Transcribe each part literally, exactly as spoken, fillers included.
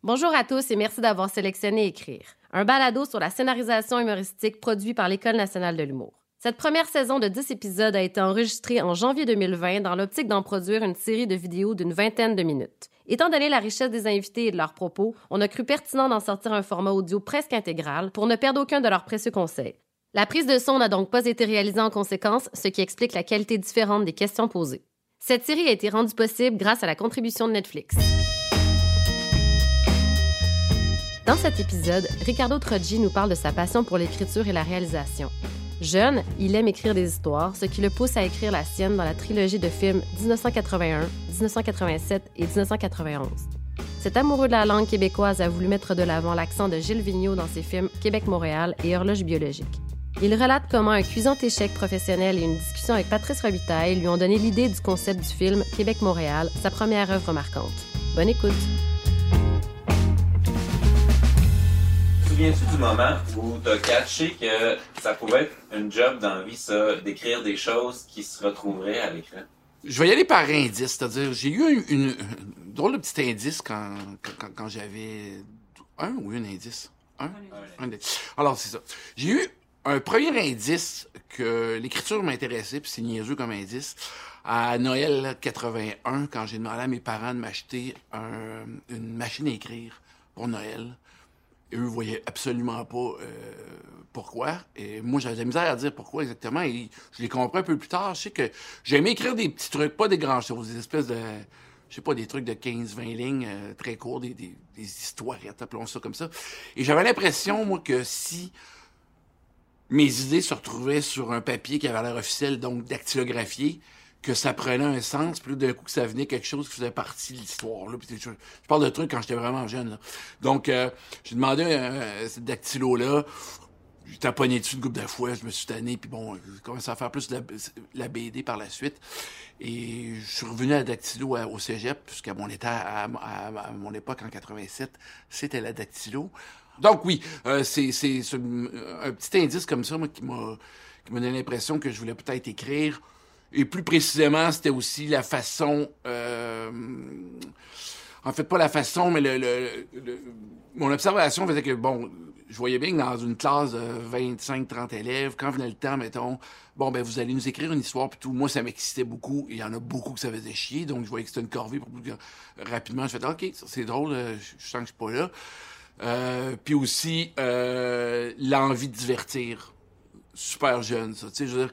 Bonjour à tous et merci d'avoir sélectionné Écrire, un balado sur la scénarisation humoristique produit par l'École nationale de l'humour. Cette première saison de dix épisodes a été enregistrée en janvier deux mille vingt dans l'optique d'en produire une série de vidéos d'une vingtaine de minutes. Étant donné la richesse des invités et de leurs propos, on a cru pertinent d'en sortir un format audio presque intégral pour ne perdre aucun de leurs précieux conseils. La prise de son n'a donc pas été réalisée en conséquence, ce qui explique la qualité différente des questions posées. Cette série a été rendue possible grâce à la contribution de Netflix. Dans cet épisode, Ricardo Troggi nous parle de sa passion pour l'écriture et la réalisation. Jeune, il aime écrire des histoires, ce qui le pousse à écrire la sienne dans la trilogie de films dix-neuf cent quatre-vingt-un, dix-neuf cent quatre-vingt-sept et dix-neuf cent quatre-vingt-onze. Cet amoureux de la langue québécoise a voulu mettre de l'avant l'accent de Gilles Vigneault dans ses films Québec-Montréal et Horloge biologique. Il relate comment un cuisant échec professionnel et une discussion avec Patrice Robitaille lui ont donné l'idée du concept du film Québec-Montréal, sa première œuvre marquante. Bonne écoute! Te souviens-tu du moment où tu as catché que ça pouvait être une job dans la vie, ça, d'écrire des choses qui se retrouveraient à l'écran? Je vais y aller par indice, c'est-à-dire, j'ai eu une, une, une drôle de petit indice quand, quand, quand j'avais un ou une indice? Un? Un indice. Alors, c'est ça. J'ai eu un premier indice que l'écriture m'intéressait, puis c'est niaiseux comme indice, à Noël quatre-vingt-un, quand j'ai demandé à mes parents de m'acheter un, une machine à écrire pour Noël. Et eux ne voyaient absolument pas euh, pourquoi. Et moi, j'avais de la misère à dire pourquoi exactement. Et je l'ai compris un peu plus tard. Je sais que j'aimais écrire des petits trucs, pas des grands choses, des espèces de, je sais pas, des trucs de quinze vingt lignes, euh, très courts, des, des, des histoirettes, appelons ça comme ça. Et j'avais l'impression, moi, que si mes idées se retrouvaient sur un papier qui avait l'air officiel, donc dactylographié, que ça prenait un sens, puis d'un coup que ça venait quelque chose qui faisait partie de l'histoire. Là. Puis je, je parle de trucs quand j'étais vraiment jeune. Là. Donc, euh, j'ai demandé euh, ce dactylo-là. J'ai taponné dessus une couple de fois, je me suis tanné, puis bon, j'ai commencé à faire plus de la, la B D par la suite. Et je suis revenu à la dactylo à, au cégep, puisqu'à mon, état, à, à, à mon époque, en quatre-vingt-sept, c'était la dactylo. Donc oui, euh, c'est, c'est, c'est un petit indice comme ça, moi, qui m'a, qui m'a donné l'impression que je voulais peut-être écrire. Et plus précisément, c'était aussi la façon... Euh, en fait, pas la façon, mais le, le, le, mon observation faisait que, bon, je voyais bien que dans une classe de vingt-cinq trente élèves, quand venait le temps, mettons, bon, ben vous allez nous écrire une histoire, puis tout. Moi, ça m'excitait beaucoup. Il y en a beaucoup que ça faisait chier, donc je voyais que c'était une corvée. Pour... Rapidement, je faisais, OK, c'est drôle, je sens que je suis pas là. Euh, puis aussi, euh, l'envie de divertir. Super jeune, ça. Tu sais, je veux dire...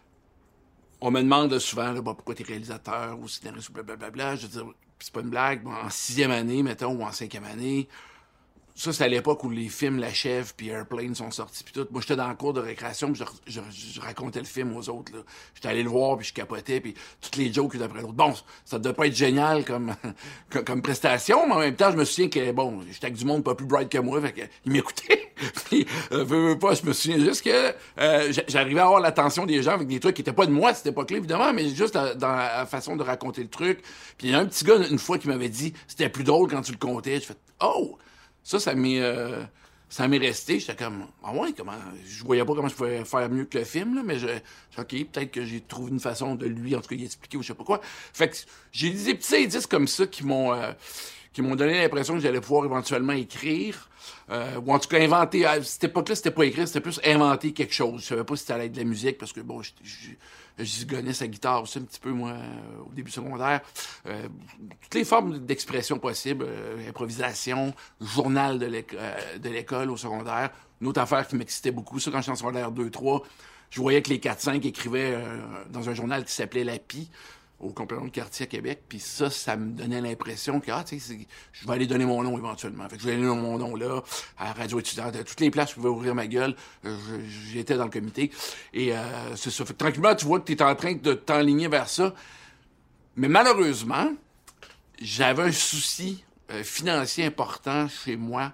On me demande là, souvent là, bah, pourquoi t'es réalisateur ou scénariste ou blablabla. Je veux dire, c'est pas une blague. Bon, en sixième année, mettons, ou en cinquième année, ça, c'est à l'époque où les films La Chèvre puis Airplane sont sortis puis tout. Moi, j'étais dans le cours de récréation puis je, je, je racontais le film aux autres. Là. J'étais allé le voir puis je capotais puis toutes les jokes d'après l'autre. Bon, ça devait pas être génial comme, comme, comme prestation, mais en même temps, je me souviens que, bon, j'étais avec du monde pas plus bright que moi, fait qu'ils m'écoutaient. Puis, euh, veux, veux pas, je me souviens juste que euh, j'arrivais à avoir l'attention des gens avec des trucs qui étaient pas de moi à cette époque-là, évidemment, mais juste à, dans la façon de raconter le truc. Puis il y a un petit gars, une fois, qui m'avait dit « C'était plus drôle quand tu le comptais. » Je fais « Oh! » Ça, ça m'est, euh, ça m'est resté. J'étais comme « Ah ouais, comment... » Je voyais pas comment je pouvais faire mieux que le film, là, mais je... OK, peut-être que j'ai trouvé une façon de lui, en tout cas, y expliquer ou je sais pas quoi. Fait que j'ai des petits indices comme ça qui m'ont... Euh, qui m'ont donné l'impression que j'allais pouvoir éventuellement écrire, euh, ou en tout cas inventer. À cette époque-là, c'était pas écrire, c'était plus inventer quelque chose. Je savais pas si c'était à l'aide de la musique, parce que bon, je, je, je zigonnais sa guitare aussi un petit peu, moi, euh, au début secondaire. Euh, toutes les formes d'expression possibles, euh, improvisation, journal de, l'éco- euh, de l'école au secondaire. Une autre affaire qui m'excitait beaucoup, ça, quand j'étais en secondaire deux trois, je voyais que les quatre cinq écrivaient euh, dans un journal qui s'appelait La Pie, au complément de quartier à Québec, puis ça, ça me donnait l'impression que, ah, tu sais, je vais aller donner mon nom éventuellement. Fait que je vais aller donner mon nom là, à la radio étudiante, à toutes les places où je pouvais ouvrir ma gueule, euh, j'étais dans le comité. Et euh, c'est ça. Fait que tranquillement, tu vois que tu es en train de t'enligner vers ça. Mais malheureusement, j'avais un souci euh, financier important chez moi,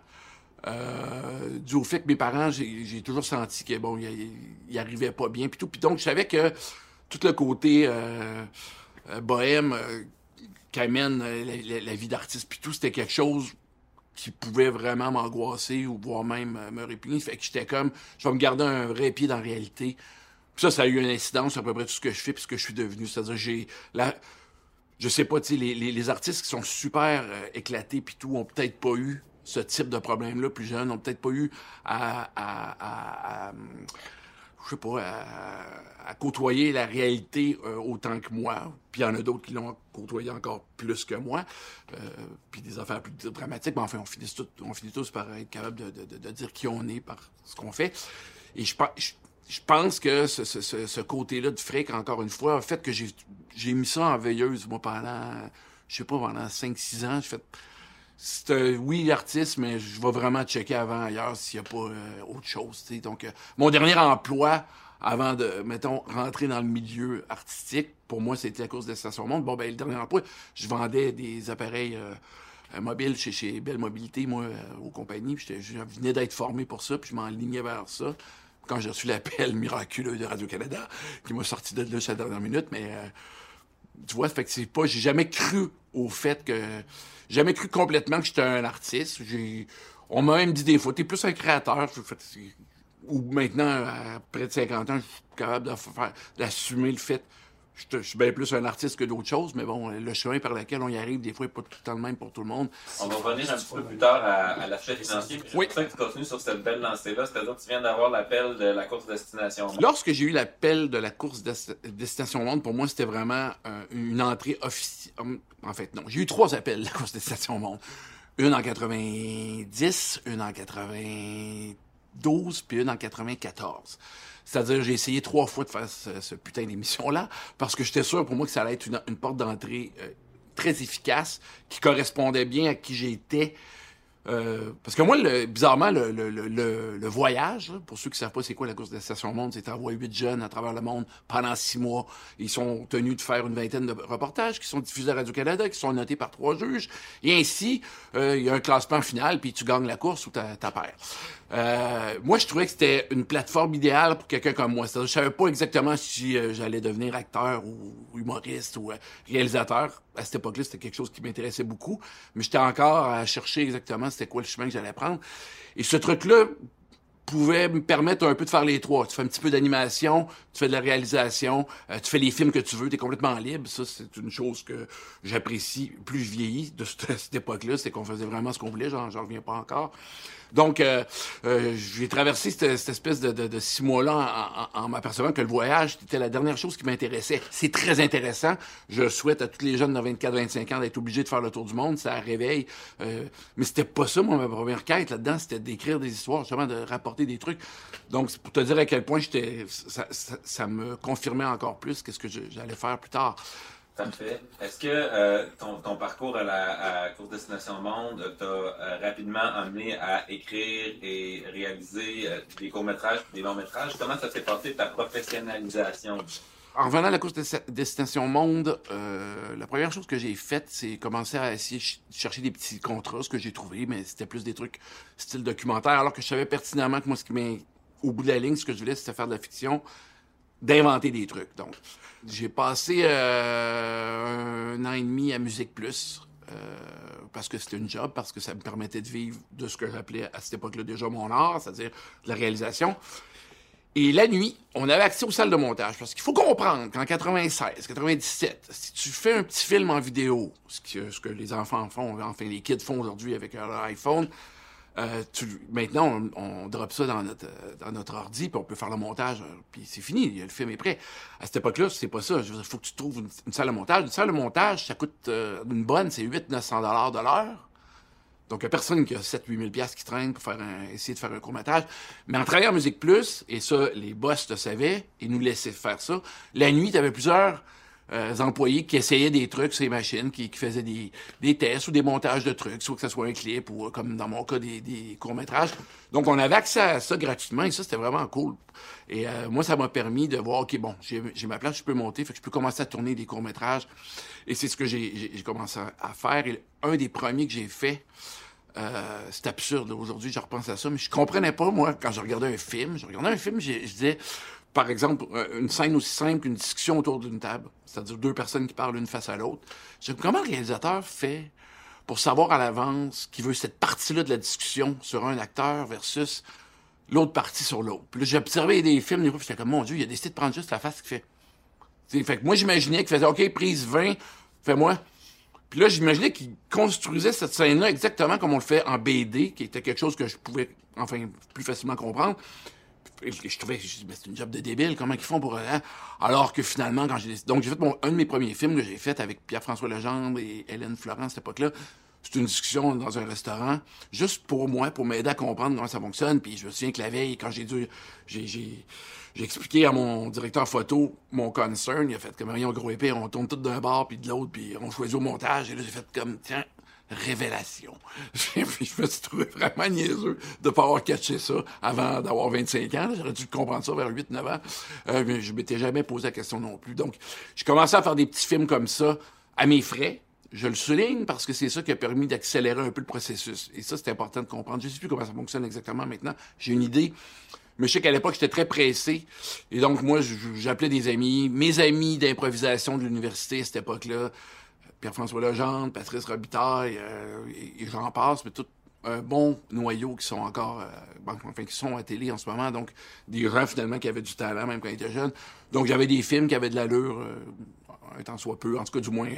euh, dû au fait que mes parents, j'ai, j'ai toujours senti que, bon, ils ils arrivaient pas bien, puis tout. Puis donc, je savais que tout le côté... Euh, Euh, bohème euh, qu'amène euh, la, la, la vie d'artiste puis tout, c'était quelque chose qui pouvait vraiment m'angoisser ou voire même euh, me répugner. Fait que j'étais comme, je vais me garder un vrai pied dans la réalité. Puis ça, ça a eu une incidence sur à peu près tout ce que je fais puis ce que je suis devenu. C'est-à-dire, j'ai la, je sais pas, tu sais, les, les, les artistes qui sont super euh, éclatés puis tout ont peut-être pas eu ce type de problème-là plus jeunes, ont peut-être pas eu à, à, à, à je sais pas, à, à côtoyer la réalité euh, autant que moi. Puis il y en a d'autres qui l'ont côtoyé encore plus que moi. Euh, puis des affaires plus dramatiques. Mais enfin, on finit, tout, on finit tous par être capable de, de, de, de dire qui on est par ce qu'on fait. Et je, je, je pense que ce, ce, ce côté-là de fric, encore une fois, a fait que j'ai, j'ai mis ça en veilleuse, moi, pendant, je sais pas, pendant cinq six ans. J'ai fait... C'est euh, oui, artiste, mais je vais vraiment checker avant ailleurs s'il n'y a pas euh, autre chose. T'sais. Donc, euh, mon dernier emploi, avant de, mettons, rentrer dans le milieu artistique, pour moi, c'était la course Destination Monde. Bon, ben, le dernier emploi, je vendais des appareils euh, mobiles chez, chez Belle Mobilité, moi, euh, aux compagnies. Puis je venais d'être formé pour ça, puis je m'enlignais vers ça. Quand j'ai reçu l'appel miraculeux de Radio-Canada, qui m'a sorti de là à la dernière minute, mais... Euh, tu vois, fait que c'est pas... J'ai jamais cru au fait que... J'ai jamais cru complètement que j'étais un artiste. J'ai... On m'a même dit des fois, t'es plus un créateur. Ou maintenant, à près de cinquante ans, je suis capable de faire, d'assumer le fait que je suis bien plus un artiste que d'autres choses. Mais bon, le chemin par lequel on y arrive, des fois, n'est pas tout le temps le même pour tout le monde. On va revenir un petit peu plus tard à, à l'aspect financier. Puis oui. C'est pour ça que tu continues sur cette belle lancée-là. C'est-à-dire que tu viens d'avoir l'appel de la course Destination Monde. Lorsque j'ai eu l'appel de la course Destination Monde, pour moi, c'était vraiment euh, une entrée officielle. En fait, non. J'ai eu trois appels de la course Destination Monde. Une en quatre-vingt-dix, une en quatre-vingt-douze, puis une en quatre-vingt-quatorze. C'est-à-dire, j'ai essayé trois fois de faire ce, ce putain d'émission-là, parce que j'étais sûr pour moi que ça allait être une, une porte d'entrée euh, très efficace, qui correspondait bien à qui j'étais. Euh, parce que moi, le, bizarrement, le, le, le, le voyage, là, pour ceux qui ne savent pas c'est quoi la course Destination Monde, c'est envoyer huit jeunes à travers le monde pendant six mois. Ils sont tenus de faire une vingtaine de reportages qui sont diffusés à Radio-Canada, qui sont notés par trois juges. Et ainsi, euh, il y a un classement final, puis tu gagnes la course ou t'as perds. Euh, moi, je trouvais que c'était une plateforme idéale pour quelqu'un comme moi. C'est-à-dire, je savais pas exactement si euh, j'allais devenir acteur ou, ou humoriste ou euh, réalisateur. À cette époque-là, c'était quelque chose qui m'intéressait beaucoup. Mais j'étais encore à chercher exactement c'était quoi le chemin que j'allais prendre. Et ce truc-là pouvait me permettre un peu de faire les trois. Tu fais un petit peu d'animation, tu fais de la réalisation, euh, tu fais les films que tu veux, tu es complètement libre. Ça, c'est une chose que j'apprécie plus je vieillis de cette, cette époque-là. C'est qu'on faisait vraiment ce qu'on voulait, j'en reviens pas encore. Donc, euh, euh, j'ai traversé cette, cette espèce de, de, de six mois-là en, en, en m'apercevant que le voyage, c'était la dernière chose qui m'intéressait. C'est très intéressant. Je souhaite à tous les jeunes de vingt-quatre vingt-cinq ans d'être obligés de faire le tour du monde. Ça réveille. Euh, mais c'était pas ça, moi, ma première quête là-dedans. C'était d'écrire des histoires, justement, de rapporter des trucs. Donc, c'est pour te dire à quel point j'étais, ça, ça, ça me confirmait encore plus qu'est-ce que j'allais faire plus tard. Parfait. Est-ce que euh, ton, ton parcours à la à Course Destination Monde t'a euh, rapidement amené à écrire et réaliser euh, des courts-métrages, des longs-métrages? Comment ça s'est passé, ta professionnalisation? En revenant à la course Destination Monde, euh, la première chose que j'ai faite, c'est commencer à essayer de ch chercher des petits contrats, ce que j'ai trouvé, mais c'était plus des trucs style documentaire, alors que je savais pertinemment que moi, ce qui m'est au bout de la ligne, ce que je voulais, c'était faire de la fiction, d'inventer des trucs. Donc, j'ai passé euh, un an et demi à Musique Plus, euh, parce que c'était une job, parce que ça me permettait de vivre de ce que j'appelais à cette époque-là déjà mon art, c'est-à-dire de la réalisation. Et la nuit, on avait accès aux salles de montage, parce qu'il faut comprendre qu'en quatre-vingt-seize, quatre-vingt-dix-sept, si tu fais un petit film en vidéo, ce que, ce que les enfants font, enfin les kids font aujourd'hui avec leur iPhone, Euh, tu, maintenant, on, on drop ça dans notre, dans notre ordi, puis on peut faire le montage, euh, puis c'est fini, le film est prêt. À cette époque-là, c'est pas ça. Il faut que tu trouves une, une salle de montage. Une salle de montage, ça coûte euh, une bonne, c'est huit à neuf cents dollars de l'heure. Donc, il n'y a personne qui a sept à huit mille dollars qui traîne pour faire un, essayer de faire un court-métrage. Mais en travaillant en Musique Plus, et ça, les boss le savaient, ils nous laissaient faire ça. La nuit, tu avais plusieurs Euh, employés qui essayaient des trucs sur les machines, qui, qui faisaient des, des tests ou des montages de trucs, soit que ce soit un clip ou, comme dans mon cas, des, des courts-métrages. Donc, on avait accès à ça gratuitement et ça, c'était vraiment cool. Et euh, moi, ça m'a permis de voir, OK, bon, j'ai ma place, je peux monter, fait que je peux commencer à tourner des courts-métrages. Et c'est ce que j'ai commencé à faire. Et un des premiers que j'ai fait, euh, c'est absurde. Aujourd'hui, je repense à ça, mais je comprenais pas, moi, quand je regardais un film. Je regardais un film, je disais... Par exemple, une scène aussi simple qu'une discussion autour d'une table, c'est-à-dire deux personnes qui parlent l'une face à l'autre. Comment le réalisateur fait pour savoir à l'avance qu'il veut cette partie-là de la discussion sur un acteur versus l'autre partie sur l'autre? Puis là, j'ai observé des films, des fois, puis j'étais comme, mon Dieu, il a décidé de prendre juste la face qu'il fait. T'sais, fait que moi, j'imaginais qu'il faisait, OK, prise vingt, fais-moi. Puis là, j'imaginais qu'il construisait cette scène-là exactement comme on le fait en B D, qui était quelque chose que je pouvais, enfin, plus facilement comprendre. Et je trouvais, je dis, mais c'est une job de débile, comment ils font pour... Hein? Alors que finalement, quand j'ai... Donc, j'ai fait mon, un de mes premiers films que j'ai fait avec Pierre-François Legendre et Hélène Florent à cette époque-là. C'était une discussion dans un restaurant, juste pour moi, pour m'aider à comprendre comment ça fonctionne. Puis je me souviens que la veille, quand j'ai dû... J'ai, j'ai, j'ai expliqué à mon directeur photo mon concern. Il a fait comme rien gros épée, on tourne tout d'un bord puis de l'autre, puis on choisit au montage. Et là, j'ai fait comme, tiens, révélation. je me suis trouvé vraiment niaiseux de pas avoir catché ça avant d'avoir vingt-cinq ans. J'aurais dû comprendre ça vers huit neuf ans. Euh, mais je m'étais jamais posé la question non plus. Donc, j'ai commencé à faire des petits films comme ça, à mes frais. Je le souligne parce que c'est ça qui a permis d'accélérer un peu le processus. Et ça, c'est important de comprendre. Je ne sais plus comment ça fonctionne exactement maintenant. J'ai une idée. Mais je sais qu'à l'époque, j'étais très pressé. Et donc, moi, j'appelais des amis, mes amis d'improvisation de l'université à cette époque-là, Pierre-François Legendre, Patrice Robitaille, euh, et, et j'en passe, mais tout un bon noyau qui sont encore, euh, bon, enfin, qui sont à télé en ce moment. Donc, des gens, finalement, qui avaient du talent, même quand ils étaient jeunes. Donc, j'avais des films qui avaient de l'allure, euh, un tant soit peu, en tout cas, du moins...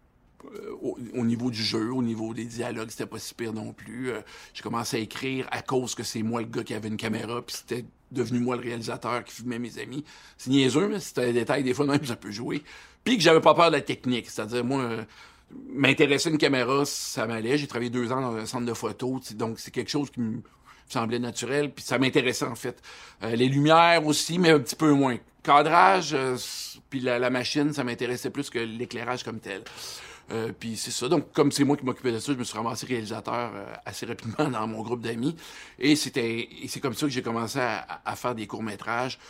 Au, au niveau du jeu, au niveau des dialogues, c'était pas si pire non plus. Euh, j'ai commencé à écrire à cause que c'est moi le gars qui avait une caméra, puis c'était devenu moi le réalisateur qui filmait mes amis. C'est niaiseux, mais c'est un détail, des fois même, ça peut jouer. Puis que j'avais pas peur de la technique, c'est-à-dire, moi, euh, m'intéresser à une caméra, ça m'allait. J'ai travaillé deux ans dans un centre de photo, donc c'est quelque chose qui me semblait naturel, puis ça m'intéressait, en fait. Euh, les lumières aussi, mais un petit peu moins. Cadrage, euh, puis la, la machine, ça m'intéressait plus que l'éclairage comme tel. Euh, puis c'est ça. Donc, comme c'est moi qui m'occupais de ça, je me suis ramassé réalisateur euh, assez rapidement dans mon groupe d'amis. Et c'était, et c'est comme ça que j'ai commencé à, à faire des courts-métrages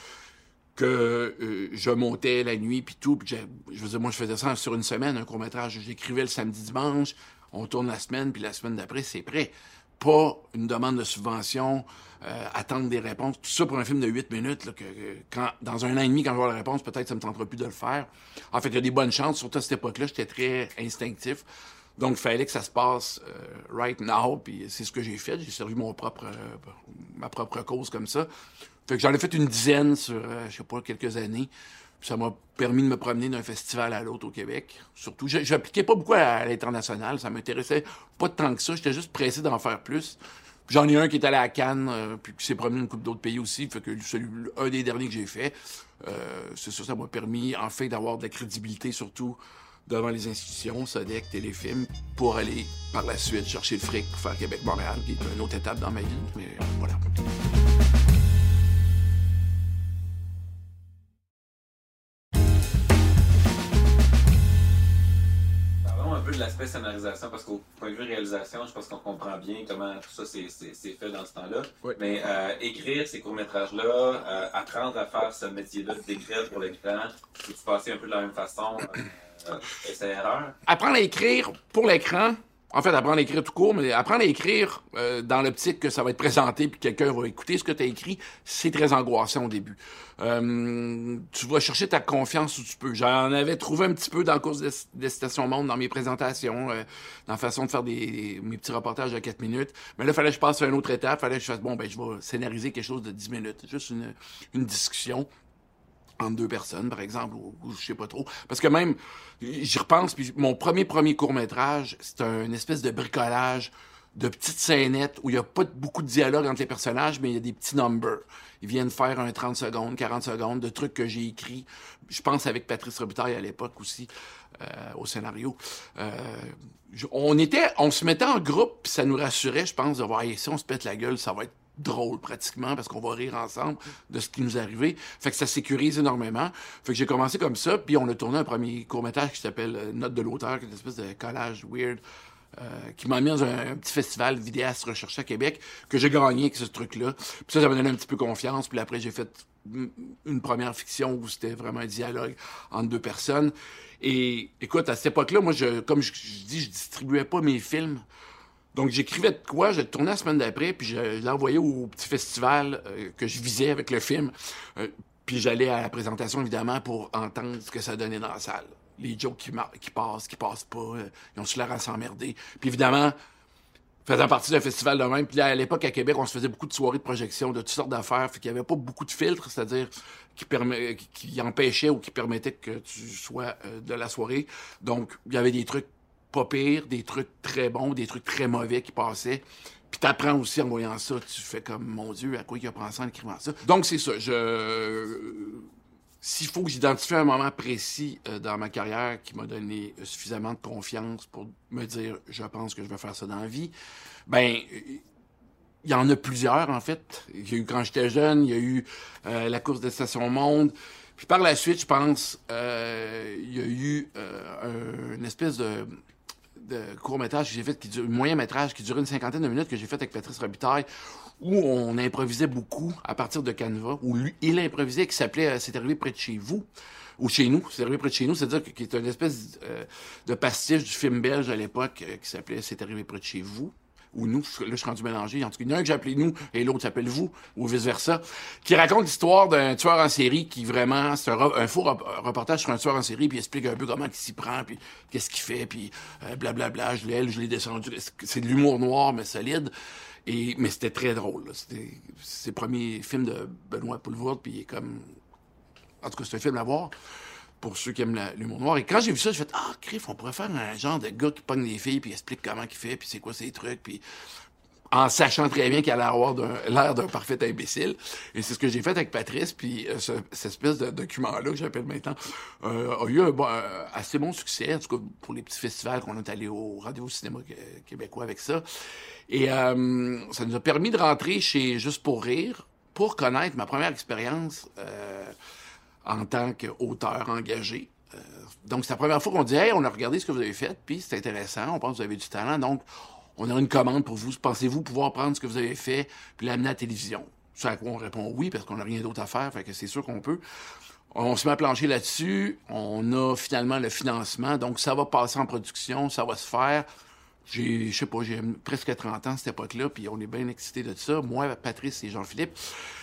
que euh, je montais la nuit puis tout. Puis je veux dire, moi, je faisais ça sur une semaine, un court-métrage. J'écrivais le samedi, dimanche, on tourne la semaine, puis la semaine d'après, c'est prêt. Pas une demande de subvention, euh, attendre des réponses. Tout ça pour un film de huit minutes, là, que, que quand, dans un an et demi, quand je vais avoir la réponse, peut-être ça me tentera plus de le faire. En fait, il y a des bonnes chances. Surtout à cette époque-là, j'étais très instinctif. Donc, il fallait que ça se passe euh, right now, puis c'est ce que j'ai fait. J'ai servi mon propre, euh, ma propre cause comme ça. Fait que j'en ai fait une dizaine sur, euh, je sais pas, quelques années. Puis ça m'a permis de me promener d'un festival à l'autre au Québec. Surtout, je n'appliquais pas beaucoup à l'international. Ça m'intéressait pas tant que ça. J'étais juste pressé d'en faire plus. Puis j'en ai un qui est allé à Cannes, euh, puis qui s'est promené une couple d'autres pays aussi. Fait que celui, un des derniers que j'ai fait, euh, c'est ça, ça m'a permis, en fait, d'avoir de la crédibilité, surtout devant les institutions, Sodec, Téléfilm, pour aller, par la suite, chercher le fric pour faire Québec-Montréal, qui est une autre étape dans ma vie. Mais euh, voilà. De l'aspect scénarisation, parce qu'au point de vue réalisation, je pense qu'on comprend bien comment tout ça c'est, c'est, c'est fait dans ce temps-là. Oui. Mais euh, écrire ces courts-métrages-là, euh, apprendre à faire ce métier-là d'écrire pour l'écran, tu passer un peu de la même façon, euh, essai-erreur? Apprendre à écrire pour l'écran, en fait, apprendre à écrire tout court, mais apprendre à écrire euh, dans l'optique que ça va être présenté puis quelqu'un va écouter ce que tu as écrit, c'est très angoissant au début. Euh, tu vas chercher ta confiance où tu peux. J'en avais trouvé un petit peu dans le cours de Destination Monde, dans mes présentations, euh, dans la façon de faire des, des mes petits reportages de quatre minutes. Mais là, il fallait que je passe à une autre étape. Il fallait que je fasse, bon, ben je vais scénariser quelque chose de dix minutes. Juste une, une discussion entre deux personnes, par exemple, ou, ou je sais pas trop. Parce que même, j'y repense, puis mon premier premier court-métrage, c'est un espèce de bricolage de petites scénettes où il y a pas beaucoup de dialogue entre les personnages, mais il y a des petits numbers. Ils viennent faire un trente secondes, quarante secondes de trucs que j'ai écrits. Je pense avec Patrice Robitaille à l'époque aussi, euh, au scénario. Euh, on était, on se mettait en groupe, puis ça nous rassurait, je pense, de voir, hey, si on se pète la gueule, ça va être drôle pratiquement parce qu'on va rire ensemble de ce qui nous est arrivé. Fait que ça sécurise énormément. Fait que j'ai commencé comme ça, puis on a tourné un premier court-métrage qui s'appelle euh, Note de l'auteur, qui est une espèce de collage weird, euh, qui m'a mis dans un, un petit festival vidéaste recherché à Québec, que j'ai gagné avec ce truc-là. Puis ça, ça m'a donné un petit peu confiance. Puis après, j'ai fait une première fiction où c'était vraiment un dialogue entre deux personnes. Et écoute, à cette époque-là, moi, je, comme je, je dis, je distribuais pas mes films. Donc, j'écrivais de quoi, je le tournais la semaine d'après, puis je l'envoyais au petit festival euh, que je visais avec le film. Euh, puis j'allais à la présentation, évidemment, pour entendre ce que ça donnait dans la salle. Les jokes qui, mar- qui passent, qui passent pas, euh, ils ont su l'air à s'emmerder. Puis évidemment, faisant partie d'un festival de même. Puis là, à l'époque, à Québec, on se faisait beaucoup de soirées de projection, de toutes sortes d'affaires. Fait qu'il n'y avait pas beaucoup de filtres, c'est-à-dire qui, permet, qui, qui empêchaient ou qui permettaient que tu sois euh, de la soirée. Donc, il y avait des trucs pas pires, des trucs très bons, des trucs très mauvais qui passaient. Puis t'apprends aussi en voyant ça. Tu fais comme, mon Dieu, à quoi il a pensé en écrivant ça? Donc, c'est ça. Je... S'il faut que j'identifie un moment précis euh, dans ma carrière qui m'a donné euh, suffisamment de confiance pour me dire « je pense que je vais faire ça dans la vie », ben il y en a plusieurs, en fait. Il y a eu quand j'étais jeune, il y a eu euh, la course Destination Monde. Puis par la suite, je pense, euh, il y a eu euh, un, une espèce de, de court-métrage que j'ai fait, qui dure, moyen-métrage qui durait une cinquantaine de minutes, que j'ai fait avec Patrice Robitaille, où on improvisait beaucoup à partir de Canva, où lui, il improvisait, qui s'appelait euh, « C'est arrivé près de chez vous », ou chez nous, c'est arrivé près de chez nous, c'est-à-dire qu'il est une espèce euh, de pastiche du film belge à l'époque euh, qui s'appelait « C'est arrivé près de chez vous », ou nous, là je suis rendu mélangé, en tout cas, il y en a un que j'ai appelé nous et l'autre s'appelle vous, ou vice-versa, qui raconte l'histoire d'un tueur en série qui vraiment, c'est un, un faux reportage sur un tueur en série, puis il explique un peu comment il s'y prend, puis qu'est-ce qu'il fait, puis euh, blablabla, je l'ai, je l'ai descendu, c'est de l'humour noir, mais solide. Et, mais c'était très drôle. Là. C'était c'est le premier film de Benoît Poulvord, puis il est comme... En tout cas, c'est un film à voir pour ceux qui aiment la, l'humour noir. Et quand j'ai vu ça, j'ai fait « Ah, crif, on pourrait faire un genre de gars qui pogne les filles, puis explique comment il fait, puis c'est quoi ses trucs, puis... » en sachant très bien qu'il allait avoir d'un, l'air d'un parfait imbécile. Et c'est ce que j'ai fait avec Patrice, puis euh, ce, cette espèce de document-là, que j'appelle maintenant, euh, a eu un, bon, un assez bon succès, en tout cas pour les petits festivals qu'on est allé au Rendez-vous Cinéma québécois avec ça. Et euh, ça nous a permis de rentrer chez Juste pour rire, pour connaître ma première expérience euh, en tant qu'auteur engagé. Euh, donc, c'est la première fois qu'on dit « Hey, on a regardé ce que vous avez fait, puis c'est intéressant, on pense que vous avez du talent, donc... » On a une commande pour vous. Pensez-vous pouvoir prendre ce que vous avez fait puis l'amener à la télévision? C'est à quoi on répond oui, parce qu'on n'a rien d'autre à faire, fait que c'est sûr qu'on peut. On se met à plancher là-dessus. On a finalement le financement. Donc, ça va passer en production, ça va se faire. J'ai, je sais pas, j'ai presque trente ans à cette époque-là, puis on est bien excités de ça. Moi, Patrice et Jean-Philippe.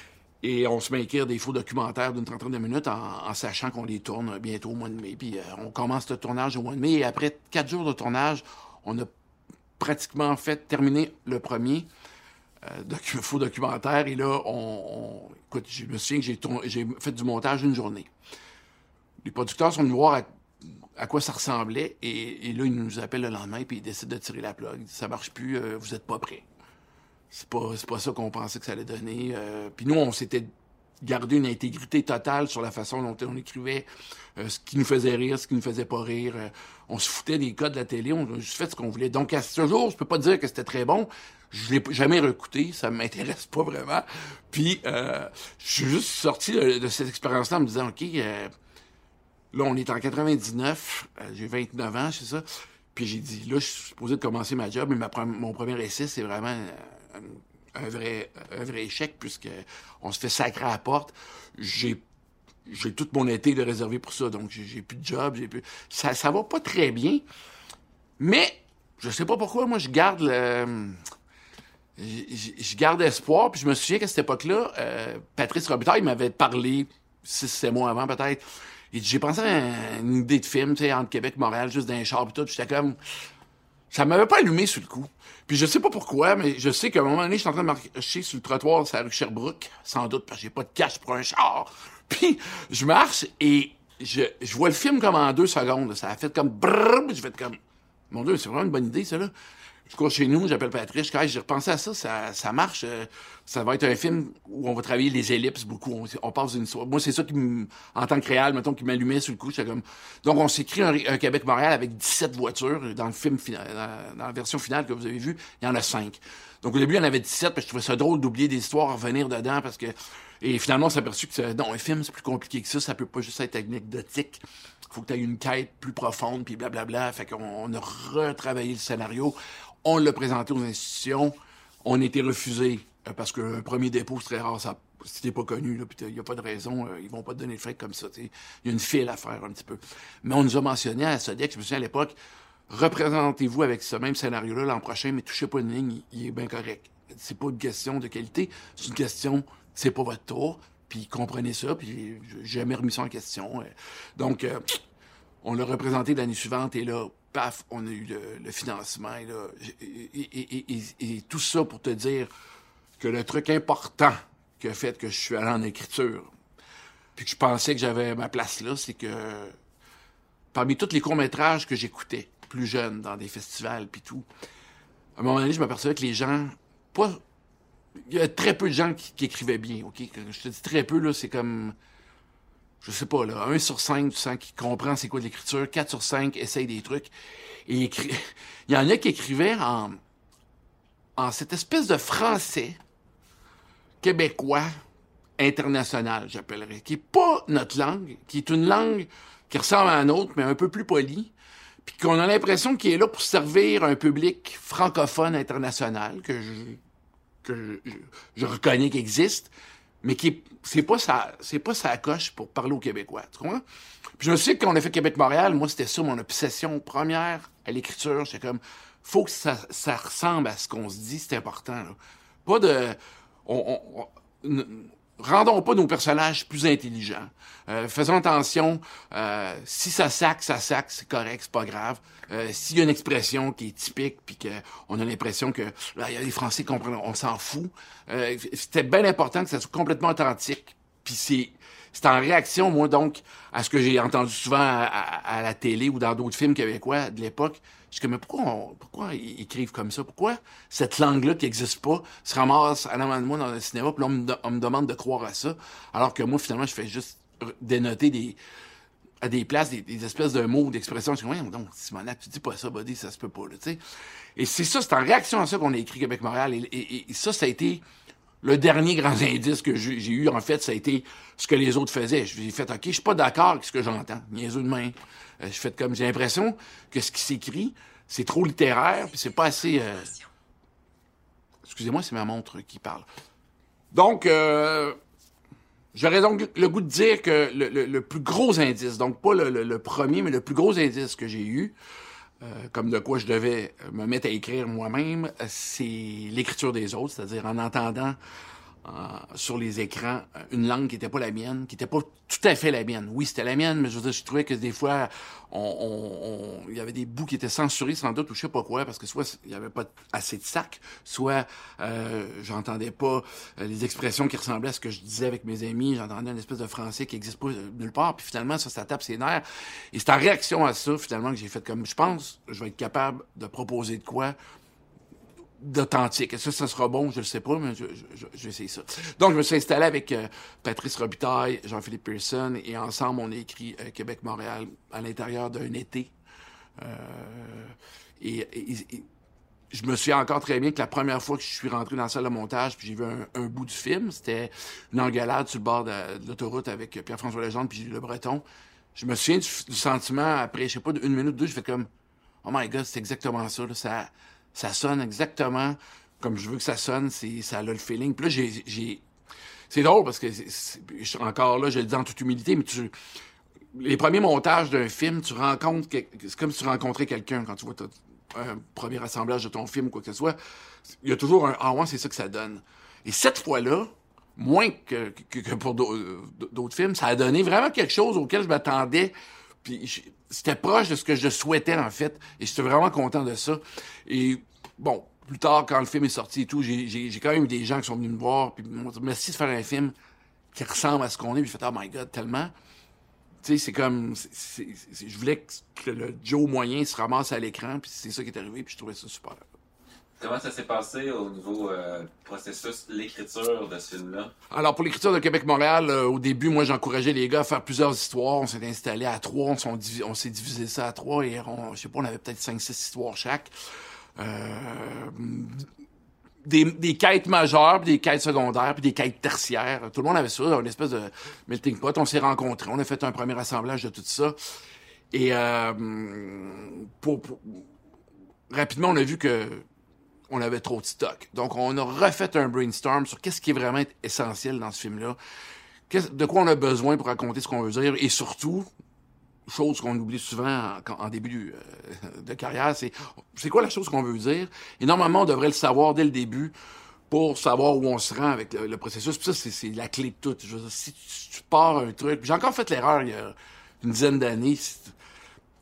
Et on se met à écrire des faux documentaires d'une trentaine de minutes en, en sachant qu'on les tourne bientôt au mois de mai. Puis euh, on commence le tournage au mois de mai. Et après quatre jours de tournage, on a pratiquement fait terminer le premier euh, docu- faux documentaire. Et là, on, on écoute, je me souviens que j'ai, tourné, j'ai fait du montage une journée. Les producteurs sont venus voir à, à quoi ça ressemblait. Et, et là, ils nous appellent le lendemain et ils décident de tirer la plug. Ils disent, ça marche plus, euh, vous êtes pas prêts. C'est pas, c'est pas ça qu'on pensait que ça allait donner. Euh, puis nous, on s'était gardé une intégrité totale sur la façon dont on écrivait, euh, ce qui nous faisait rire, ce qui nous faisait pas rire. Euh, on se foutait des codes de la télé, on a juste fait ce qu'on voulait. Donc, à ce jour, je peux pas dire que c'était très bon. Je l'ai jamais réécouté, ça m'intéresse pas vraiment. Puis, euh, je suis juste sorti de, de cette expérience-là en me disant, OK, euh, là, on est en quatre-vingt-dix-neuf, euh, j'ai vingt-neuf ans, c'est ça. Puis j'ai dit, là, je suis supposé de commencer ma job, mais ma, mon premier essai, c'est vraiment... Euh, un vrai, un vrai échec, puisque on se fait sacrer à la porte. J'ai, j'ai tout mon été de réservé pour ça, donc j'ai, j'ai plus de job, j'ai plus... Ça, ça va pas très bien, mais je sais pas pourquoi, moi, je garde le... Je, je garde espoir, puis je me souviens qu'à cette époque-là, euh, Patrice Robitaille m'avait parlé, six, sept mois avant peut-être, il dit, j'ai pensé à une idée de film, tu sais, entre Québec et Montréal, juste dans les chars, puis tout, j'étais comme... Ça m'avait pas allumé sur le coup. Puis je sais pas pourquoi, mais je sais qu'à un moment donné, je suis en train de marcher sur le trottoir sur la rue Sherbrooke, sans doute, parce que j'ai pas de cash pour un char. Puis je marche et je, je vois le film comme en deux secondes. Ça a fait comme brrr, j'ai fait comme... Mon Dieu, c'est vraiment une bonne idée, ça, là. Je cours chez nous, j'appelle Patrice, je dis, j'ai repensé à ça, ça, ça marche. Euh, ça va être un film où on va travailler les ellipses beaucoup. On, on passe une histoire. Moi, c'est ça qui me, en tant que réal, mettons, qui m'allumait sur le coup. J'étais comme... Donc, on s'écrit un, un Québec-Montréal avec dix-sept voitures. Dans le film, dans, dans la version finale que vous avez vue, il y en a cinq. Donc, au début, il y en avait dix-sept, parce que je trouvais ça drôle d'oublier des histoires, à revenir dedans, parce que... Et finalement, on s'est aperçu que, non, un film, c'est plus compliqué que ça. Ça peut pas juste être anecdotique. Faut que tu aies une quête plus profonde, puis blablabla. Fait qu'on on a retravaillé le scénario. On l'a présenté aux institutions. On a été refusé euh, parce qu'un premier dépôt, c'est très rare. Ça, si t'es pas connu, il n'y a pas de raison, euh, ils vont pas te donner le fric comme ça. Il y a une file à faire un petit peu. Mais on nous a mentionné à Sodec, je me souviens à l'époque, représentez-vous avec ce même scénario-là l'an prochain, mais touchez pas une ligne, il, il est bien correct. C'est pas une question de qualité, c'est une question, c'est pas votre tour, puis comprenez ça, puis j'ai jamais remis ça en question. Donc, euh, On l'a représenté l'année suivante, et là, paf, on a eu le, le financement, et là, et, et, et, et, et tout ça pour te dire que le truc important qui a fait que je suis allé en écriture, puis que je pensais que j'avais ma place là, c'est que parmi tous les courts-métrages que j'écoutais, plus jeune, dans des festivals, puis tout, à un moment donné, je m'apercevais que les gens, pas... Il y a très peu de gens qui, qui écrivaient bien, OK? Quand je te dis très peu, là, c'est comme... Je sais pas, là, un sur cinq, tu sens, qui comprend c'est quoi de l'écriture, quatre sur cinq essaye des trucs, et écrit... Il y en a qui écrivaient en... en cette espèce de français québécois international, j'appellerais, qui est pas notre langue, qui est une langue qui ressemble à la nôtre, mais un peu plus polie, puis qu'on a l'impression qu'il est là pour servir un public francophone international, que je... que je, je reconnais qu'il existe, mais qui c'est pas ça, c'est pas sa coche pour parler aux Québécois, tu comprends? Puis je me souviens que quand on a fait Québec-Montréal, moi c'était ça mon obsession première à l'écriture, j'étais comme, faut que ça, ça ressemble à ce qu'on se dit, c'est important, là. Pas de, on, on, on, rendons pas nos personnages plus intelligents. Euh, faisons attention, euh, si ça sac, ça sac, c'est correct, c'est pas grave. Euh, s'il y a une expression qui est typique, puis qu'on a l'impression que là, il y a des Français qui comprennent, on s'en fout. Euh, c'était bien important que ça soit complètement authentique. Puis c'est, c'est en réaction, moi, donc, à ce que j'ai entendu souvent à, à, à la télé ou dans d'autres films québécois de l'époque. Je suis comme, mais pourquoi, on, pourquoi ils écrivent comme ça? Pourquoi cette langue-là qui n'existe pas se ramasse à l'avant de moi dans le cinéma, puis là, on me, on me demande de croire à ça, alors que moi, finalement, je fais juste dénoter des, à des places des, des espèces de mots, d'expressions. Je suis comme, ouais, donc, Simonac, tu dis pas ça, buddy, ça se peut pas, là, tu sais. Et c'est ça, c'est en réaction à ça qu'on a écrit Québec-Montréal. Et, et, et ça, ça a été le dernier grand indice que j'ai, j'ai eu, en fait, ça a été ce que les autres faisaient. J'ai fait, OK, je suis pas d'accord avec ce que j'entends. Niaiseux de main. Euh, j'ai fait comme, j'ai l'impression que ce qui s'écrit, c'est trop littéraire, puis c'est pas assez... Euh... Excusez-moi, c'est ma montre qui parle. Donc, euh... j'aurais donc le goût de dire que le, le, le plus gros indice, donc pas le, le, le premier, mais le plus gros indice que j'ai eu, euh, comme de quoi je devais me mettre à écrire moi-même, c'est l'écriture des autres, c'est-à-dire en entendant euh, sur les écrans une langue qui n'était pas la mienne, qui n'était pas tout à fait la mienne. Oui, c'était la mienne, mais je veux dire, je trouvais que des fois, on, on, on, il y avait des bouts qui étaient censurés sans doute, ou je sais pas quoi, parce que soit il y avait pas assez de sac, soit euh, j'entendais pas euh, les expressions qui ressemblaient à ce que je disais avec mes amis, j'entendais une espèce de français qui n'existe pas euh, nulle part, puis finalement, ça, ça tape ses nerfs. Et c'est en réaction à ça, finalement, que j'ai fait comme, je pense, je vais être capable de proposer de quoi d'authentique. Est-ce que ça sera bon? Je le sais pas, mais je, je, je vais essayer ça. Donc, je me suis installé avec euh, Patrice Robitaille, Jean-Philippe Pearson, et ensemble, on a écrit euh, Québec-Montréal à l'intérieur d'un été. Euh, et, et, et je me souviens encore très bien que la première fois que je suis rentré dans la salle de montage, puis j'ai vu un, un bout du film, c'était une engueulade sur le bord de, de l'autoroute avec Pierre-François Legendre puis Gilles Le Breton. Je me souviens du, du sentiment, après, je sais pas, une minute, deux, je fais comme, oh my God, c'est exactement ça, là, ça... Ça sonne exactement comme je veux que ça sonne, c'est, ça a le feeling. Puis là, j'ai, j'ai... c'est drôle parce que, c'est, c'est, je suis encore là, je le dis en toute humilité, mais tu... les premiers montages d'un film, tu rencontres... C'est comme si tu rencontrais quelqu'un quand tu vois ta... un premier assemblage de ton film ou quoi que ce soit. Il y a toujours un « Ah ouais, c'est ça que ça donne ». Et cette fois-là, moins que, que, que pour d'autres films, ça a donné vraiment quelque chose auquel je m'attendais. Puis je... c'était proche de ce que je souhaitais, en fait. Et j'étais vraiment content de ça. Et bon, plus tard, quand le film est sorti et tout, j'ai, j'ai, j'ai quand même eu des gens qui sont venus me voir puis m'ont dit merci de faire un film qui ressemble à ce qu'on est. Puis j'ai fait « Oh my God, tellement! » Tu sais, c'est comme... C'est, c'est, c'est, je voulais que le Joe moyen se ramasse à l'écran, puis c'est ça qui est arrivé, puis je trouvais ça super. Comment ça s'est passé au niveau euh, processus, l'écriture de ce film-là? Alors, pour l'écriture de Québec-Montréal, euh, au début, moi, j'encourageais les gars à faire plusieurs histoires. On s'est installé à trois, on, s'en divi- on s'est divisé ça à trois, et on, je sais pas, on avait peut-être cinq, six histoires chaque. Euh, des, des quêtes majeures, puis des quêtes secondaires, puis des quêtes tertiaires. Tout le monde avait ça, une espèce de melting pot. On s'est rencontrés, on a fait un premier assemblage de tout ça. Et euh, pour, pour... rapidement, on a vu que on avait trop de stock. Donc, on a refait un brainstorm sur qu'est-ce qui est vraiment essentiel dans ce film-là, qu'est-ce, de quoi on a besoin pour raconter ce qu'on veut dire, et surtout, chose qu'on oublie souvent en, en début euh, de carrière, c'est c'est quoi la chose qu'on veut dire. Et normalement, on devrait le savoir dès le début pour savoir où on se rend avec le, le processus. Puis ça, c'est, c'est la clé de tout. Je veux dire, si tu, tu pars un truc... J'ai encore fait l'erreur il y a une dizaine d'années...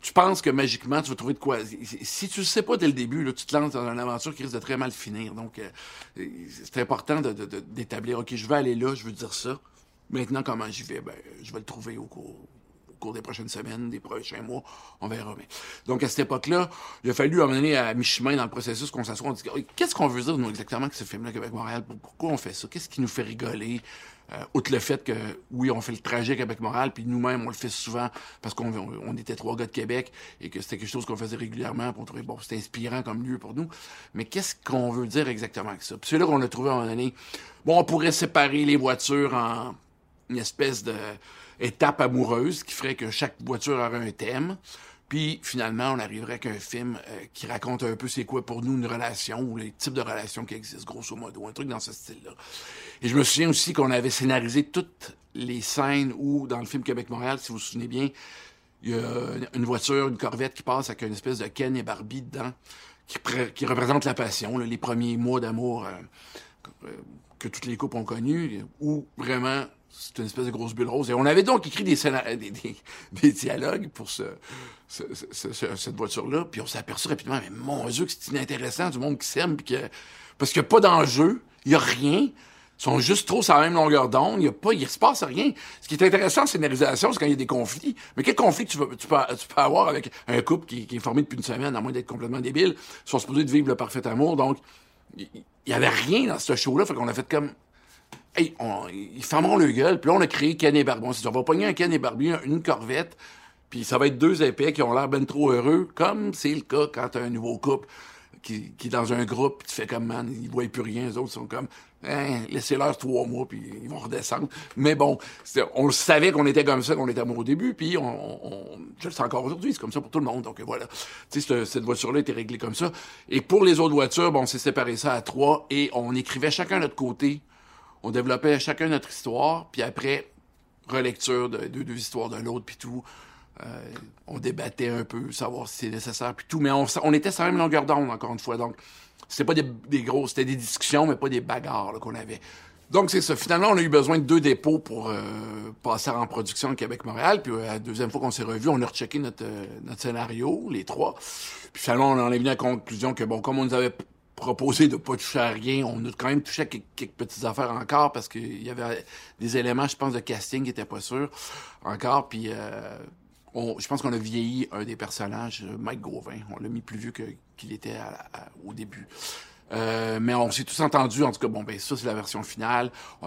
tu penses que magiquement, tu vas trouver de quoi. Si tu le sais pas dès le début, là, tu te lances dans une aventure qui risque de très mal finir. Donc, euh, c'est important de, de, de, d'établir, OK, je vais aller là, je veux dire ça. Maintenant, comment j'y vais? Ben, je vais le trouver au cours, au cours des prochaines semaines, des prochains mois. On verra. Mais... Donc, à cette époque-là, il a fallu amener à mi-chemin dans le processus qu'on s'assoit. On dit, qu'est-ce qu'on veut dire, nous, exactement, que ce film-là, Québec-Montréal? Pourquoi on fait ça? Qu'est-ce qui nous fait rigoler? Euh, outre le fait que, oui, on fait le trajet Québec-Montréal, puis nous-mêmes, on le fait souvent parce qu'on on, on était trois gars de Québec et que c'était quelque chose qu'on faisait régulièrement pour trouver, bon, c'était inspirant comme lieu pour nous. Mais qu'est-ce qu'on veut dire exactement avec ça? Puis c'est là qu'on a trouvé à un moment donné, bon, on pourrait séparer les voitures en une espèce de étape amoureuse qui ferait que chaque voiture aurait un thème. Puis, finalement, on arriverait avec un film euh, qui raconte un peu c'est quoi pour nous une relation ou les types de relations qui existent, grosso modo, un truc dans ce style-là. Et je me souviens aussi qu'on avait scénarisé toutes les scènes où, dans le film Québec-Montréal, si vous vous souvenez bien, il y a une voiture, une Corvette qui passe avec une espèce de Ken et Barbie dedans, qui, pré- qui représente la passion, là, les premiers mois d'amour euh, euh, que toutes les couples ont connus, où vraiment... C'est une espèce de grosse bulle rose. Et on avait donc écrit des, scénar- des, des, des dialogues pour ce, ce, ce, ce, cette voiture-là. Puis on s'est aperçu rapidement, mais mon Dieu, que c'est inintéressant, du monde qui s'aime. Puis que... Parce qu'il n'y a pas d'enjeu, il n'y a rien. Ils sont juste trop sur la même longueur d'onde. Il y a pas, il se passe rien. Ce qui est intéressant en scénarisation, c'est quand il y a des conflits. Mais quel conflit tu, veux, tu, peux, tu peux avoir avec un couple qui, qui est formé depuis une semaine, à moins d'être complètement débile, ils sont supposés de vivre le parfait amour. Donc, il n'y avait rien dans ce show-là. Fait qu'on a fait comme... Hey, on, ils fermeront le gueule, puis là, on a créé Ken et Barbie. On s'est dit, on va pogner un Ken et Barbie, une Corvette, puis ça va être deux épais qui ont l'air ben trop heureux, comme c'est le cas quand t'as un nouveau couple qui, qui est dans un groupe, puis tu fais comme, man, ils voient plus rien, les autres sont comme, hein, laissez-leur trois mois, puis ils vont redescendre. Mais bon, on le savait qu'on était comme ça, qu'on était amoureux au début, puis on, on, je le sais encore aujourd'hui, c'est comme ça pour tout le monde, donc voilà. Tu sais, cette voiture-là était réglée comme ça. Et pour les autres voitures, bon, on s'est séparé ça à trois, et on écrivait chacun de notre côté. On développait chacun notre histoire, puis après, relecture de deux, deux histoires de l'autre, puis tout. Euh, on débattait un peu, savoir si c'est nécessaire, puis tout. Mais on, on était sur la même longueur d'onde, encore une fois. Donc, c'était pas des, des gros, c'était des discussions, mais pas des bagarres là, qu'on avait. Donc, c'est ça. Finalement, on a eu besoin de deux dépôts pour euh, passer en production à Québec-Montréal. Puis, euh, la deuxième fois qu'on s'est revus, on a rechecké notre, euh, notre scénario, les trois. Puis, finalement, on en est venu à la conclusion que, bon, comme on nous avait proposé de pas toucher à rien, on a quand même touché à quelques, quelques petites affaires encore parce qu'il y avait des éléments, je pense, de casting qui étaient pas sûrs encore. Puis, euh, on, je pense qu'on a vieilli un des personnages, Mike Gauvin. On l'a mis plus vieux que, qu'il était à, à, au début. Euh, mais on s'est tous entendus, en tout cas, bon, ben ça, c'est la version finale. Euh,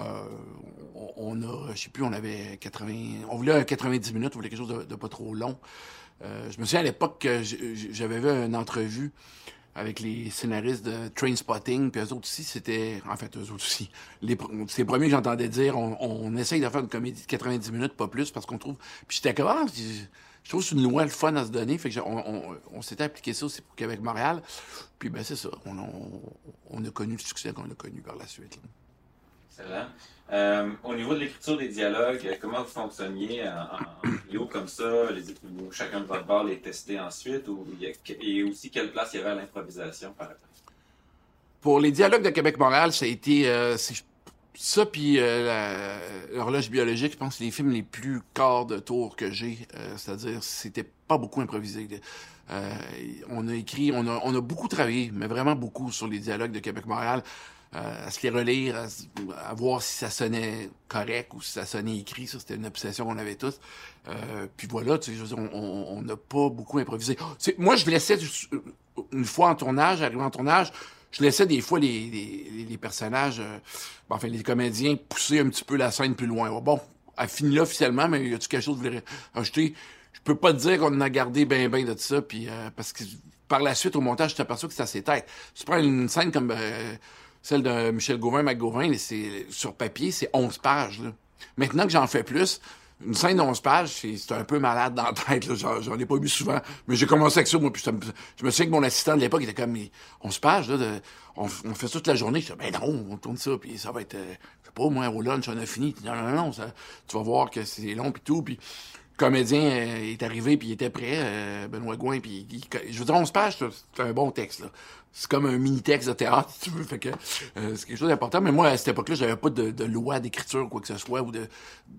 on, on a, je sais plus, on avait quatre-vingts... On voulait quatre-vingt-dix minutes, on voulait quelque chose de, de pas trop long. Euh, je me souviens à l'époque que j'avais vu une entrevue avec les scénaristes de Trainspotting, puis eux autres aussi, c'était... En fait, eux autres aussi. Les, c'est les premiers que j'entendais dire, on, on essaye de faire une comédie de quatre-vingt-dix minutes, pas plus, parce qu'on trouve... Puis j'étais comme, ah, je trouve que c'est une loi le fun à se donner, fait que on, on, on s'était appliqué ça aussi pour Québec-Montréal. Puis ben c'est ça, on, on, on a connu le succès qu'on a connu par la suite. Là. Excellent. Euh, au niveau de l'écriture des dialogues, comment vous fonctionniez en, en trio comme ça? Les, chacun de votre bord les tester ensuite? Ou il y a, et aussi, quelle place il y avait à l'improvisation par après? Pour les dialogues de Québec-Montréal, ça a été... Euh, c'est, ça, puis euh, l'horloge biologique, je pense que c'est les films les plus quart de tour que j'ai. Euh, c'est-à-dire, c'était pas beaucoup improvisé. Euh, on a écrit, on a, on a beaucoup travaillé, mais vraiment beaucoup sur les dialogues de Québec-Montréal. Euh, à se les relire, à, à voir si ça sonnait correct ou si ça sonnait écrit. Ça, c'était une obsession qu'on avait tous. Euh, puis voilà, tu sais, je veux dire, on n'a pas beaucoup improvisé. C'est, moi, je laissais, une fois en tournage, arrivé en tournage, je laissais des fois les, les, les personnages, euh, enfin, les comédiens pousser un petit peu la scène plus loin. Bon, elle finit là officiellement, mais y a-tu quelque chose que vous voulez rajouter? Je peux pas te dire qu'on en a gardé ben ben de ça, puis euh, parce que par la suite, au montage, je t'aperçois que c'est à ses têtes. Tu prends une scène comme... Euh, celle de Michel Gauvin, Mike Gauvin, c'est, sur papier, c'est onze pages. Là. Maintenant que j'en fais plus, une scène d'onze pages, c'est, c'est un peu malade dans la tête. Là. J'en, j'en ai pas vu souvent. Mais j'ai commencé avec ça, moi. Puis je, je me souviens que mon assistant de l'époque était comme onze pages. Là, de, on, on fait ça toute la journée. Je dis, ben non, on tourne ça. Puis ça va être, euh, je sais pas, moi, au lunch, on a fini. Non, non, non, ça, tu vas voir que c'est long, puis tout. Puis le comédien euh, est arrivé, puis il était prêt, euh, Benoît Gouin. Puis je veux dire, onze pages, c'est un bon texte, là. C'est comme un mini-texte de théâtre, si tu veux. Fait que euh, c'est quelque chose d'important. Mais moi, à cette époque-là, j'avais pas de, de loi d'écriture ou quoi que ce soit, ou de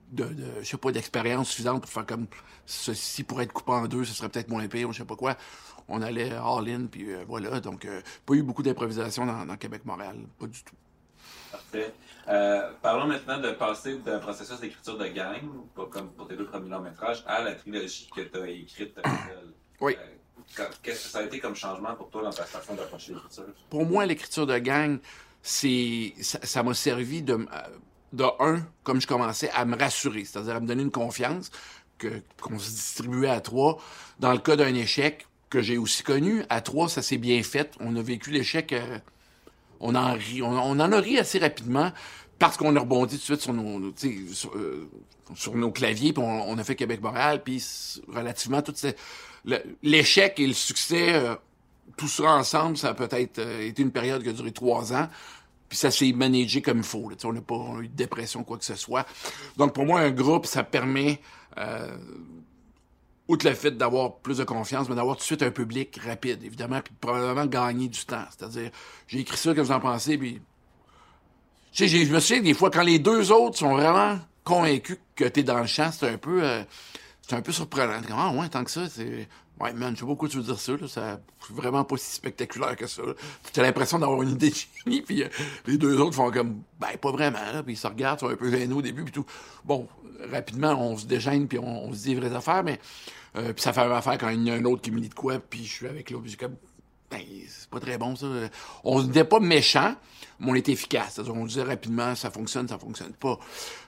de, de je sais pas, d'expérience suffisante pour faire comme ceci pourrait être coupé en deux, ce serait peut-être moins pire, ou je sais pas quoi. On allait all-in, puis euh, voilà. Donc, euh, pas eu beaucoup d'improvisation dans, dans Québec-Montréal, pas du tout. Parfait. Euh, parlons maintenant de passer d'un processus d'écriture de gang, pas comme pour tes deux premiers longs métrages, à la trilogie que tu as écrite. Oui. Euh, qu'est-ce que ça a été comme changement pour toi dans ta façon d'approcher l'écriture? Pour moi, l'écriture de gang, c'est ça, ça m'a servi de, de un, comme je commençais, à me rassurer, c'est-à-dire à me donner une confiance que, qu'on se distribuait à trois. Dans le cas d'un échec que j'ai aussi connu, à trois, ça s'est bien fait. On a vécu l'échec... Euh, On en rit, on, on en a ri assez rapidement parce qu'on a rebondi tout de suite sur nos, nos sur, euh, sur nos claviers, puis on, on a fait Québec-Montréal, puis relativement tout ces, le, l'échec et le succès, euh, tout ça ensemble, ça a peut-être euh, été une période qui a duré trois ans, puis ça s'est managé comme il faut. Là, on n'a pas on a eu de dépression, quoi que ce soit. Donc pour moi, un groupe, ça permet... Euh, outre le fait d'avoir plus de confiance, mais d'avoir tout de suite un public rapide, évidemment, puis probablement gagner du temps. C'est-à-dire, j'ai écrit ça, que vous en pensez, puis... Tu sais, je me souviens, des fois, quand les deux autres sont vraiment convaincus que t'es dans le champ, c'est un peu... Euh, c'est un peu surprenant. T'es comme, ah ouais, tant que ça, c'est... Ouais, man, je sais pas pourquoi tu veux dire ça, là, ça... c'est vraiment pas si spectaculaire que ça. Tu as l'impression d'avoir une idée de génie, puis euh, les deux autres font comme, ben, pas vraiment, là, puis ils se regardent, ils sont un peu gênés au début, puis tout. Bon, rapidement, on se dégêne, puis on, on se dit les vraies affaires, mais... Euh, puis ça fait une affaire quand il y a un autre qui me dit de quoi, puis je suis avec l'autre, puis j'ai comme, ben, c'est pas très bon, ça. On n'était pas méchants, mais on était efficace. C'est-à-dire, on disait rapidement, ça fonctionne, ça fonctionne pas.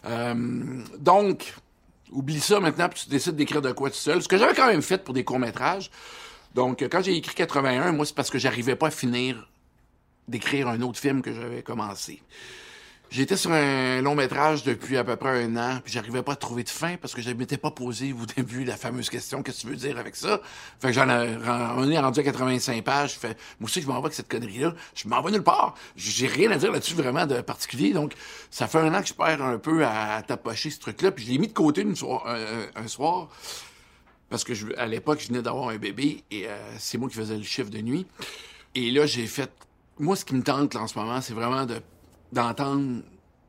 Euh, donc, oublie ça maintenant, puis tu décides d'écrire de quoi tout seul. Ce que j'avais quand même fait pour des courts-métrages. Donc, quand j'ai écrit quatre-vingt-un, moi, c'est parce que j'arrivais pas à finir d'écrire un autre film que j'avais commencé. J'étais sur un long métrage depuis à peu près un an, puis j'arrivais pas à trouver de fin parce que je m'étais pas posé au début la fameuse question, qu'est-ce que tu veux dire avec ça? Fait que j'en ai, on est rendu à quatre-vingt-cinq pages, je fais, moi aussi je m'en vais avec cette connerie-là, je m'en vais nulle part, j'ai rien à dire là-dessus vraiment de particulier, donc ça fait un an que je perds un peu à, à tapocher ce truc-là, puis je l'ai mis de côté une soir, un, un soir, parce que je, à l'époque je venais d'avoir un bébé, et euh, c'est moi qui faisais le chiffre de nuit, et là j'ai fait, moi ce qui me tente là, en ce moment, c'est vraiment de d'entendre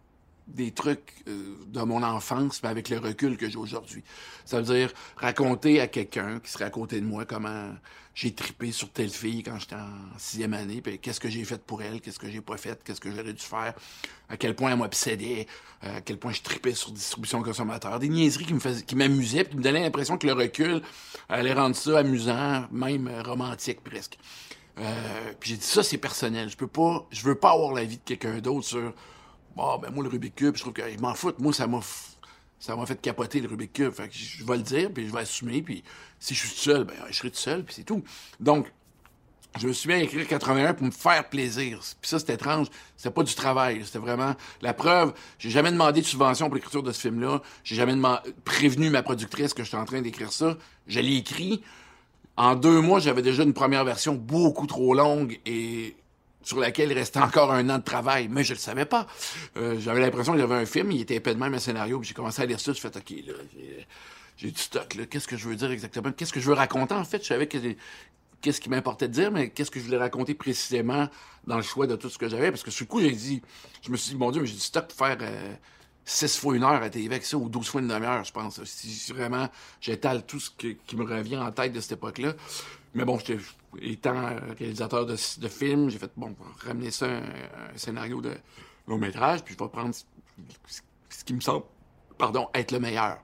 des trucs euh, de mon enfance, mais avec le recul que j'ai aujourd'hui. Ça veut dire raconter à quelqu'un qui serait à côté de moi comment j'ai trippé sur telle fille quand j'étais en sixième année, puis qu'est-ce que j'ai fait pour elle, qu'est-ce que j'ai pas fait, qu'est-ce que j'aurais dû faire, à quel point elle m'obsédait, euh, à quel point je trippais sur distribution consommateur, des niaiseries qui me faisaient, qui m'amusaient, puis qui me donnaient l'impression que le recul allait rendre ça amusant, même romantique presque. Euh, puis j'ai dit ça, c'est personnel. Je peux pas, je veux pas avoir la vie de quelqu'un d'autre sur, bon, ben moi le Rubik's Cube, je trouve que je m'en fous. Moi, ça m'a, ça m'a fait capoter le Rubik's Cube. Fait que je vais le dire, puis je vais assumer. Puis si je suis tout seul, ben je serai tout seul, puis c'est tout. Donc, je me suis mis à écrire quatre-vingt-un pour me faire plaisir. Puis ça, c'était étrange. C'était pas du travail. C'était vraiment la preuve. J'ai jamais demandé de subvention pour l'écriture de ce film-là. J'ai jamais demandé, prévenu ma productrice que j'étais en train d'écrire ça. Je l'ai écrit. En deux mois, j'avais déjà une première version beaucoup trop longue et sur laquelle il restait encore un an de travail, mais je le savais pas. Euh, j'avais l'impression qu'il y avait un film, il était épais de même un scénario, puis j'ai commencé à lire ça, j'ai fait, OK, là, j'ai, j'ai du stock, là, qu'est-ce que je veux dire exactement? Qu'est-ce que je veux raconter? En fait, je savais que, qu'est-ce qui m'importait de dire, mais qu'est-ce que je voulais raconter précisément dans le choix de tout ce que j'avais, parce que sur le coup, j'ai dit, je me suis dit, mon Dieu, mais j'ai du stock pour faire... Euh, six fois une heure à T V avec ça, ou douze fois une demi-heure, je pense. Si vraiment j'étale tout ce que, qui me revient en tête de cette époque-là. Mais bon, j'étais, étant réalisateur de, de films, j'ai fait, bon, ramener ça un, un scénario de long métrage, puis je vais prendre ce, ce qui me semble, pardon, être le meilleur.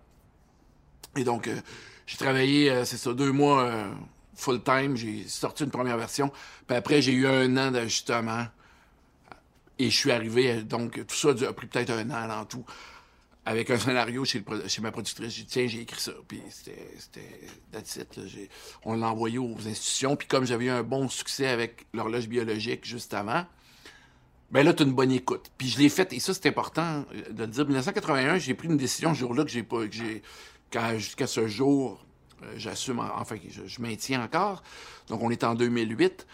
Et donc, euh, j'ai travaillé, euh, c'est ça, deux mois euh, full-time, j'ai sorti une première version, puis après, j'ai eu un an d'ajustement. Et je suis arrivé, donc, tout ça a pris peut-être un an en tout, avec un scénario chez, le, chez ma productrice. J'ai dit, tiens, j'ai écrit ça. Puis c'était, c'était, that's it, là, j'ai, on l'a envoyé aux institutions. Puis comme j'avais eu un bon succès avec l'horloge biologique juste avant, ben là, t'as une bonne écoute. Puis je l'ai fait, et ça, c'est important de le dire. dix-neuf cent quatre-vingt-un, j'ai pris une décision ce jour-là que j'ai pas, que j'ai, quand, jusqu'à ce jour, euh, j'assume, enfin, je, je maintiens encore. Donc, on est en deux mille huit.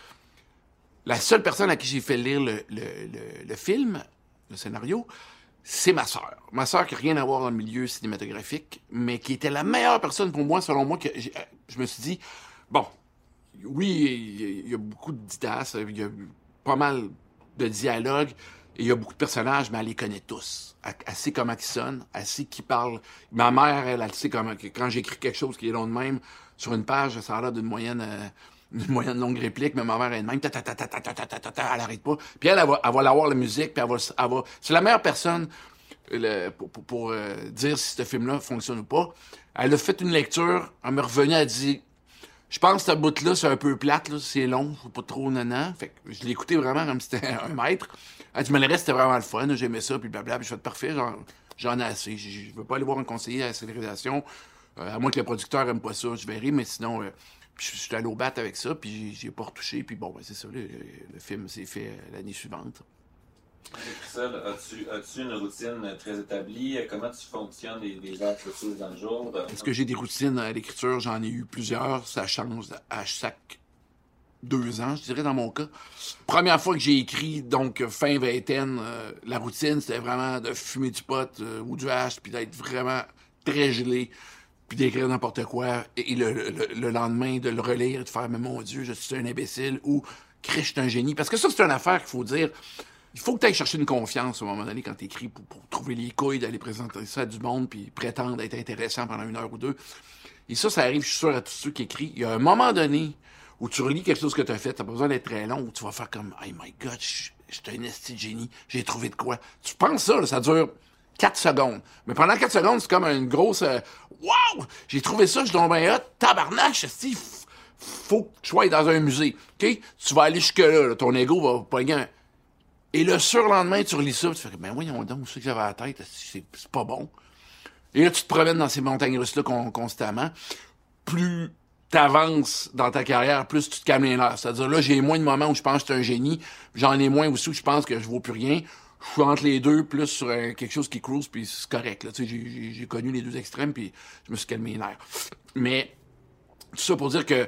La seule personne à qui j'ai fait lire le, le, le, le film, le scénario, c'est ma sœur. Ma sœur qui n'a rien à voir dans le milieu cinématographique, mais qui était la meilleure personne pour moi, selon moi, que je me suis dit, bon, oui, il y a beaucoup de didasses, il y a pas mal de dialogues, Et il y a beaucoup de personnages, mais elle les connaît tous. Elle, elle sait comment ils sonnent, elle sait qui parle. Ma mère, elle, elle sait comment... Quand j'écris quelque chose qui est long de même, sur une page, ça a l'air d'une moyenne... Euh, une moyenne longue réplique, mais ma mère elle-même, ta ta ta ta ta ta ta ta ta ta, elle arrête pas. Puis elle, elle va, elle va l'avoir la musique, puis elle va, elle va, c'est la meilleure personne le, pour, pour, pour euh, dire si ce film-là fonctionne ou pas. Elle a fait une lecture, elle m'est revenue, elle a dit, je pense que cette bout-là, c'est un peu plate, là, c'est long, c'est pas trop nanan. Fait que je l'ai écouté vraiment comme si c'était un maître. Elle dit, mais le reste, c'était vraiment le fun, j'aimais ça, puis blablabla, puis je fais parfait, genre, j'en ai assez, je veux pas aller voir un conseiller à la scénarisation, euh, à moins que le producteur aime pas ça, je verrai, mais sinon... Euh, je suis allé au bat avec ça, puis j'ai pas retouché, puis bon, ben c'est ça, le, le film s'est fait l'année suivante. Christelle, as-tu, as-tu une routine très établie? Comment tu fonctionnes les, les heures précises dans le jour? Est-ce que j'ai des routines à l'écriture? J'en ai eu plusieurs, ça change à chaque deux ans, je dirais, dans mon cas. Première fois que j'ai écrit, donc fin vingtaine, euh, la routine, c'était vraiment de fumer du pot euh, ou du hash, puis d'être vraiment très gelé, puis d'écrire n'importe quoi, et le, le, le lendemain, de le relire et de faire « Mais mon Dieu, je suis un imbécile » ou « Crée, je suis un génie ». Parce que ça, c'est une affaire qu'il faut dire. Il faut que tu ailles chercher une confiance, à un moment donné, quand tu écris, pour, pour trouver les couilles d'aller présenter ça à du monde, puis prétendre être intéressant pendant une heure ou deux. Et ça, ça arrive, je suis sûr, à tous ceux qui écrivent. Il y a un moment donné où tu relis quelque chose que tu as fait, tu n'as pas besoin d'être très long, où tu vas faire comme « Oh my God, je suis un esti de génie, j'ai trouvé de quoi ». Tu penses ça, là, ça dure... quatre secondes. Mais pendant quatre secondes, c'est comme une grosse... Euh, wow! J'ai trouvé ça, je suis donc bien hot. Tabarnache, il faut que tu sois dans un musée. OK? Tu vas aller jusque-là, là, ton ego va pogner un... Et le surlendemain, tu relis ça, tu fais, ben voyons donc, ce que j'avais à la tête, c'est, c'est pas bon. Et là, tu te promènes dans ces montagnes russes-là con- constamment. Plus t'avances dans ta carrière, plus tu te calmes les nerfs. C'est-à-dire, là, j'ai moins de moments où je pense que je suis un génie. J'en ai moins aussi où je pense que je vaux plus rien. Je suis entre les deux, plus sur un, quelque chose qui cruise, puis c'est correct. Là. Tu sais, j'ai, j'ai, j'ai connu les deux extrêmes, puis je me suis calmé les nerfs. Mais tout ça pour dire que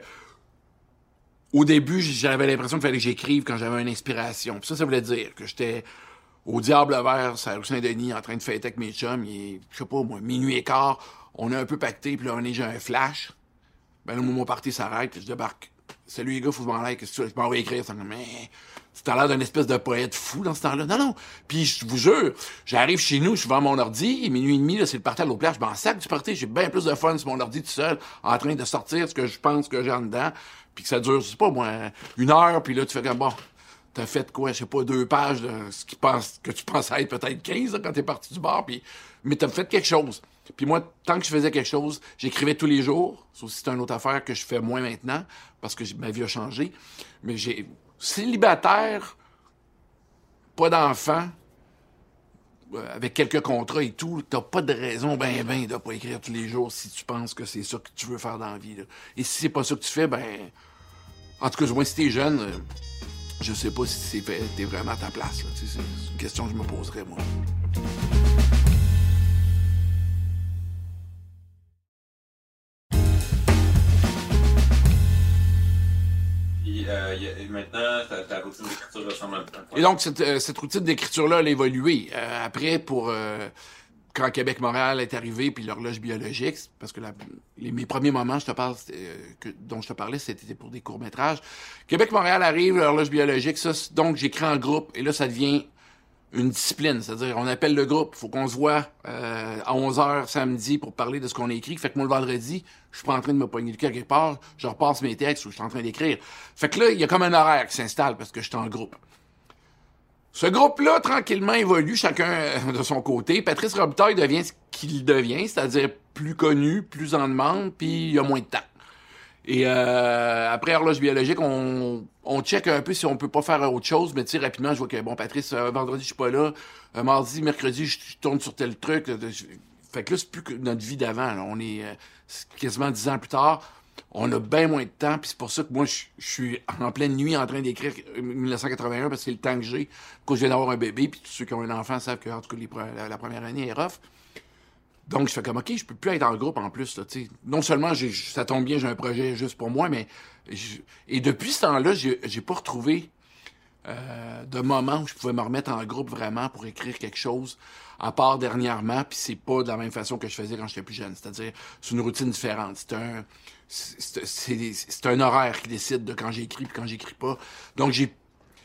au début, j'avais l'impression qu'il fallait que j'écrive quand j'avais une inspiration. Puis ça, ça voulait dire que j'étais au Diable Vert, sur la rue Saint-Denis, en train de fêter avec mes chums. Il est, je sais pas moi, minuit et quart. On a un peu pacté, puis là, on est, j'ai un flash. Ben là, mon party s'arrête, je débarque. Salut les gars, faut que je m'en aille. Qu'est-ce que tu veux? Je m'en vais écrire. Ça, mais... C'était l'air d'un espèce de poète fou dans ce temps-là. Non, non. Puis je vous jure, j'arrive chez nous, je suis devant mon ordi, minuit et demi, là, c'est le party à l'autre place. Je m'en sac du party. J'ai bien plus de fun sur mon ordi tout seul, en train de sortir ce que je pense que j'ai en dedans. Puis que ça dure, je sais pas moi, une heure, puis là, tu fais comme, bon, t'as fait quoi, je sais pas, deux pages de ce qui pense, que tu pensais être peut-être quinze, là, quand t'es parti du bar, puis mais t'as fait quelque chose. Puis moi, tant que je faisais quelque chose, j'écrivais tous les jours. Ça aussi, c'est une autre affaire que je fais moins maintenant, parce que ma vie a changé. Mais j'ai... Célibataire, pas d'enfant, euh, avec quelques contrats et tout, t'as pas de raison, ben, ben, de pas écrire tous les jours si tu penses que c'est ça que tu veux faire dans la vie, là. Et si c'est pas ça que tu fais, ben... En tout cas, du moins, si t'es jeune, euh, je sais pas si c'est fait, t'es vraiment à ta place, là. C'est, c'est une question que je me poserais, moi. Euh, y a, maintenant, ta, ta routine d'écriture ressemble à quoi? Et donc, cette, euh, cette routine d'écriture-là, elle a évolué. Euh, après, pour euh, quand Québec-Montréal est arrivé, puis l'horloge biologique, parce que la, les, mes premiers moments, je te parle, euh, que, dont je te parlais, c'était pour des courts-métrages. Québec-Montréal arrive, l'horloge biologique, ça, donc j'écris en groupe, et là, ça devient une discipline. C'est-à-dire, on appelle le groupe, il faut qu'on se voit euh, à onze heures samedi pour parler de ce qu'on a écrit. Fait que moi, le vendredi, je suis pas en train de me pogner le cul quelque part, je repasse mes textes ou je suis en train d'écrire. Fait que là, il y a comme un horaire qui s'installe parce que je suis en groupe. Ce groupe-là, tranquillement, évolue, chacun de son côté. Patrice Robitaille devient ce qu'il devient, c'est-à-dire plus connu, plus en demande, puis il y a moins de temps. Et euh, après horloge biologique, on, on check un peu si on peut pas faire autre chose, mais tu sais, rapidement, je vois que, bon, Patrice, euh, vendredi, je suis pas là, euh, mardi, mercredi, je, je tourne sur tel truc. Euh, je, fait que là, c'est plus que notre vie d'avant, là. On est euh, quasiment dix ans plus tard, on a bien moins de temps, puis c'est pour ça que moi, je, je suis en pleine nuit en train d'écrire dix-neuf cent quatre-vingt-un, parce que c'est le temps que j'ai, quand je viens d'avoir un bébé, puis tous ceux qui ont un enfant savent que, en tout cas, les, la, la première année est rough. Donc, je fais comme, OK, je peux plus être en groupe en plus, là, tu sais. Non seulement, j'ai, ça tombe bien, j'ai un projet juste pour moi, mais... Je, et depuis ce temps-là, j'ai, j'ai pas retrouvé euh, de moment où je pouvais me remettre en groupe vraiment pour écrire quelque chose, à part dernièrement, puis c'est pas de la même façon que je faisais quand j'étais plus jeune. C'est-à-dire, c'est une routine différente. C'est un... C'est, c'est, c'est un horaire qui décide de quand j'écris puis quand j'écris pas. Donc, j'ai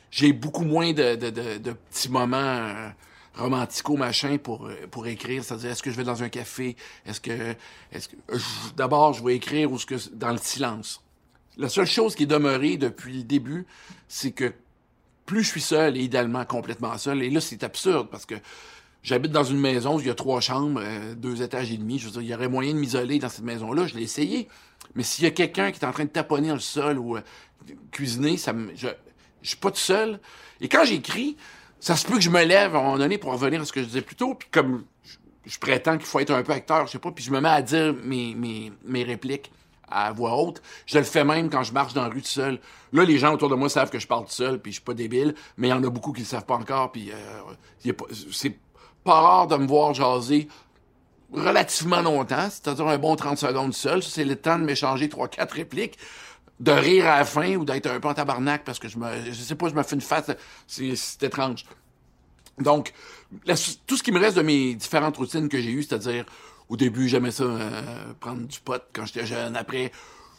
j'ai beaucoup moins de, de, de, de petits moments euh, romantico machin pour pour écrire. C'est-à-dire, est-ce que je vais dans un café? Est-ce que est-ce que je, d'abord je vais écrire ou est-ce que dans le silence? La seule chose qui est demeurée depuis le début, c'est que plus je suis seul, et idéalement complètement seul, et là c'est absurde parce que j'habite dans une maison où il y a trois chambres, euh, deux étages et demi. Je veux dire, il y aurait moyen de m'isoler dans cette maison-là. Je l'ai essayé. Mais s'il y a quelqu'un qui est en train de taponner dans le sol ou euh, cuisiner, ça me, je, je suis pas tout seul. Et quand j'écris, ça se peut que je me lève à un moment donné pour revenir à ce que je disais plus tôt. Puis comme je, je prétends qu'il faut être un peu acteur, je sais pas, puis je me mets à dire mes, mes, mes répliques à voix haute. Je le fais même quand je marche dans la rue tout seul. Là, les gens autour de moi savent que je parle tout seul, puis je suis pas débile. Mais il y en a beaucoup qui le savent pas encore. Puis euh, y a pas, c'est pas rare de me voir jaser relativement longtemps, c'est-à-dire un bon trente secondes seul. Ça, c'est le temps de m'échanger trois quatre répliques, de rire à la fin ou d'être un peu en tabarnak parce que je me, je sais pas, je me fais une face. C'est, c'est étrange. Donc, la, tout ce qui me reste de mes différentes routines que j'ai eues, c'est-à-dire, au début, j'aimais ça euh, prendre du pot quand j'étais jeune. Après,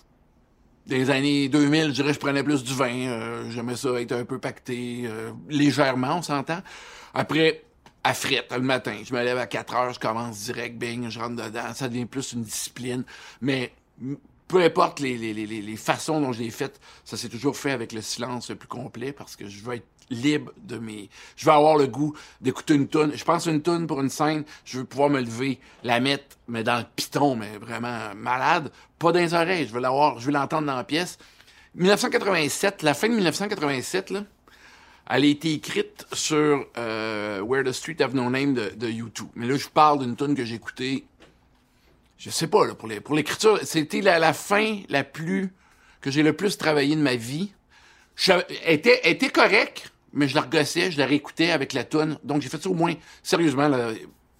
dans les années deux mille, je dirais je prenais plus du vin. Euh, j'aimais ça être un peu pacté, euh, légèrement, on s'entend. Après, à frette, le matin. Je me lève à quatre heures, je commence direct, bing, je rentre dedans. Ça devient plus une discipline. Mais peu importe les, les, les, les façons dont je l'ai fait, ça s'est toujours fait avec le silence le plus complet parce que je veux être libre de mes... Je veux avoir le goût d'écouter une toune. Je pense une toune pour une scène, je veux pouvoir me lever, la mettre, mais dans le piton, mais vraiment malade. Pas dans les oreilles, je veux l'avoir, je veux l'entendre dans la pièce. dix-neuf cent quatre-vingt-sept, la fin de dix-neuf cent quatre-vingt-sept, là, elle a été écrite sur euh, Where the Street Have No Name de, de U deux. Mais là, je parle d'une tune que j'ai écoutée, je sais pas, là, pour, les, pour l'écriture, c'était la, la fin la plus, que j'ai le plus travaillé de ma vie. Je, elle était, elle était correcte, mais je la regossais, je la réécoutais avec la tune. Donc, j'ai fait ça au moins, sérieusement, là,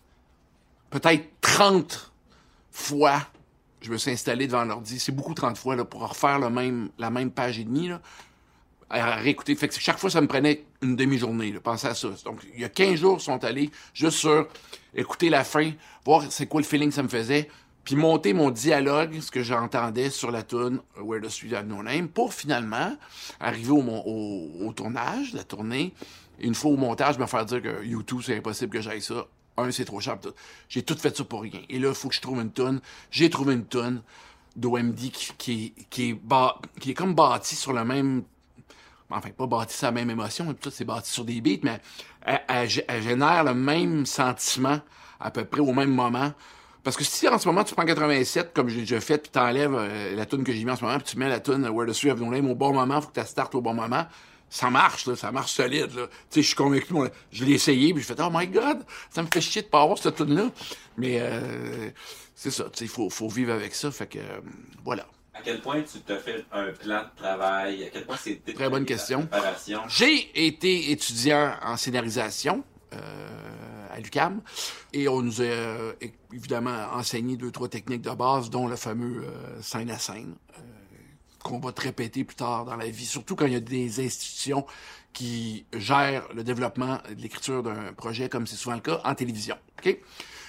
peut-être trente fois, je me suis installé devant l'ordi. C'est beaucoup trente fois, là, pour refaire le même, la même page et demie, là. À réécouter. Fait que chaque fois, ça me prenait une demi-journée, là. Pensez à ça. Donc, il y a quinze jours, ils sont allés juste sur écouter la fin, voir c'est quoi le feeling que ça me faisait, puis monter mon dialogue, ce que j'entendais sur la tune Where the Street Have No Name, pour finalement arriver au, au, au tournage, la tournée. Une fois au montage, me faire dire que U deux, c'est impossible que j'aille ça. Un, c'est trop cher. Tout. J'ai tout fait ça pour rien. Et là, il faut que je trouve une tune. J'ai trouvé une tune d'O M D qui, qui, qui, est bâ, qui est comme bâtie sur le même... Enfin, pas bâti sur la même émotion, tout c'est bâti sur des beats, mais elle, elle, elle génère le même sentiment à peu près au même moment. Parce que si en ce moment tu prends quatre-vingt-sept, comme j'ai déjà fait, puis t'enlèves euh, la tune que j'ai mis en ce moment, puis tu mets la tune Where the Street Have No Name au bon moment, faut que tu startes au bon moment, ça marche, là, ça marche solide. Tu sais, je suis convaincu, on, je l'ai essayé, puis je fais « Oh my God, ça me fait chier de pas avoir cette tune-là. » Mais euh, c'est ça, tu sais, il faut, faut vivre avec ça, fait que euh, voilà. À quel point tu te fais un plan de travail? À quel point c'est très bonne question. Préparation? J'ai été étudiant en scénarisation euh, à l'U Q A M et on nous a euh, évidemment enseigné deux, trois techniques de base, dont le fameux euh, scène à scène, euh, qu'on va te répéter plus tard dans la vie, surtout quand il y a des institutions qui gèrent le développement de l'écriture d'un projet, comme c'est souvent le cas, en télévision. Okay?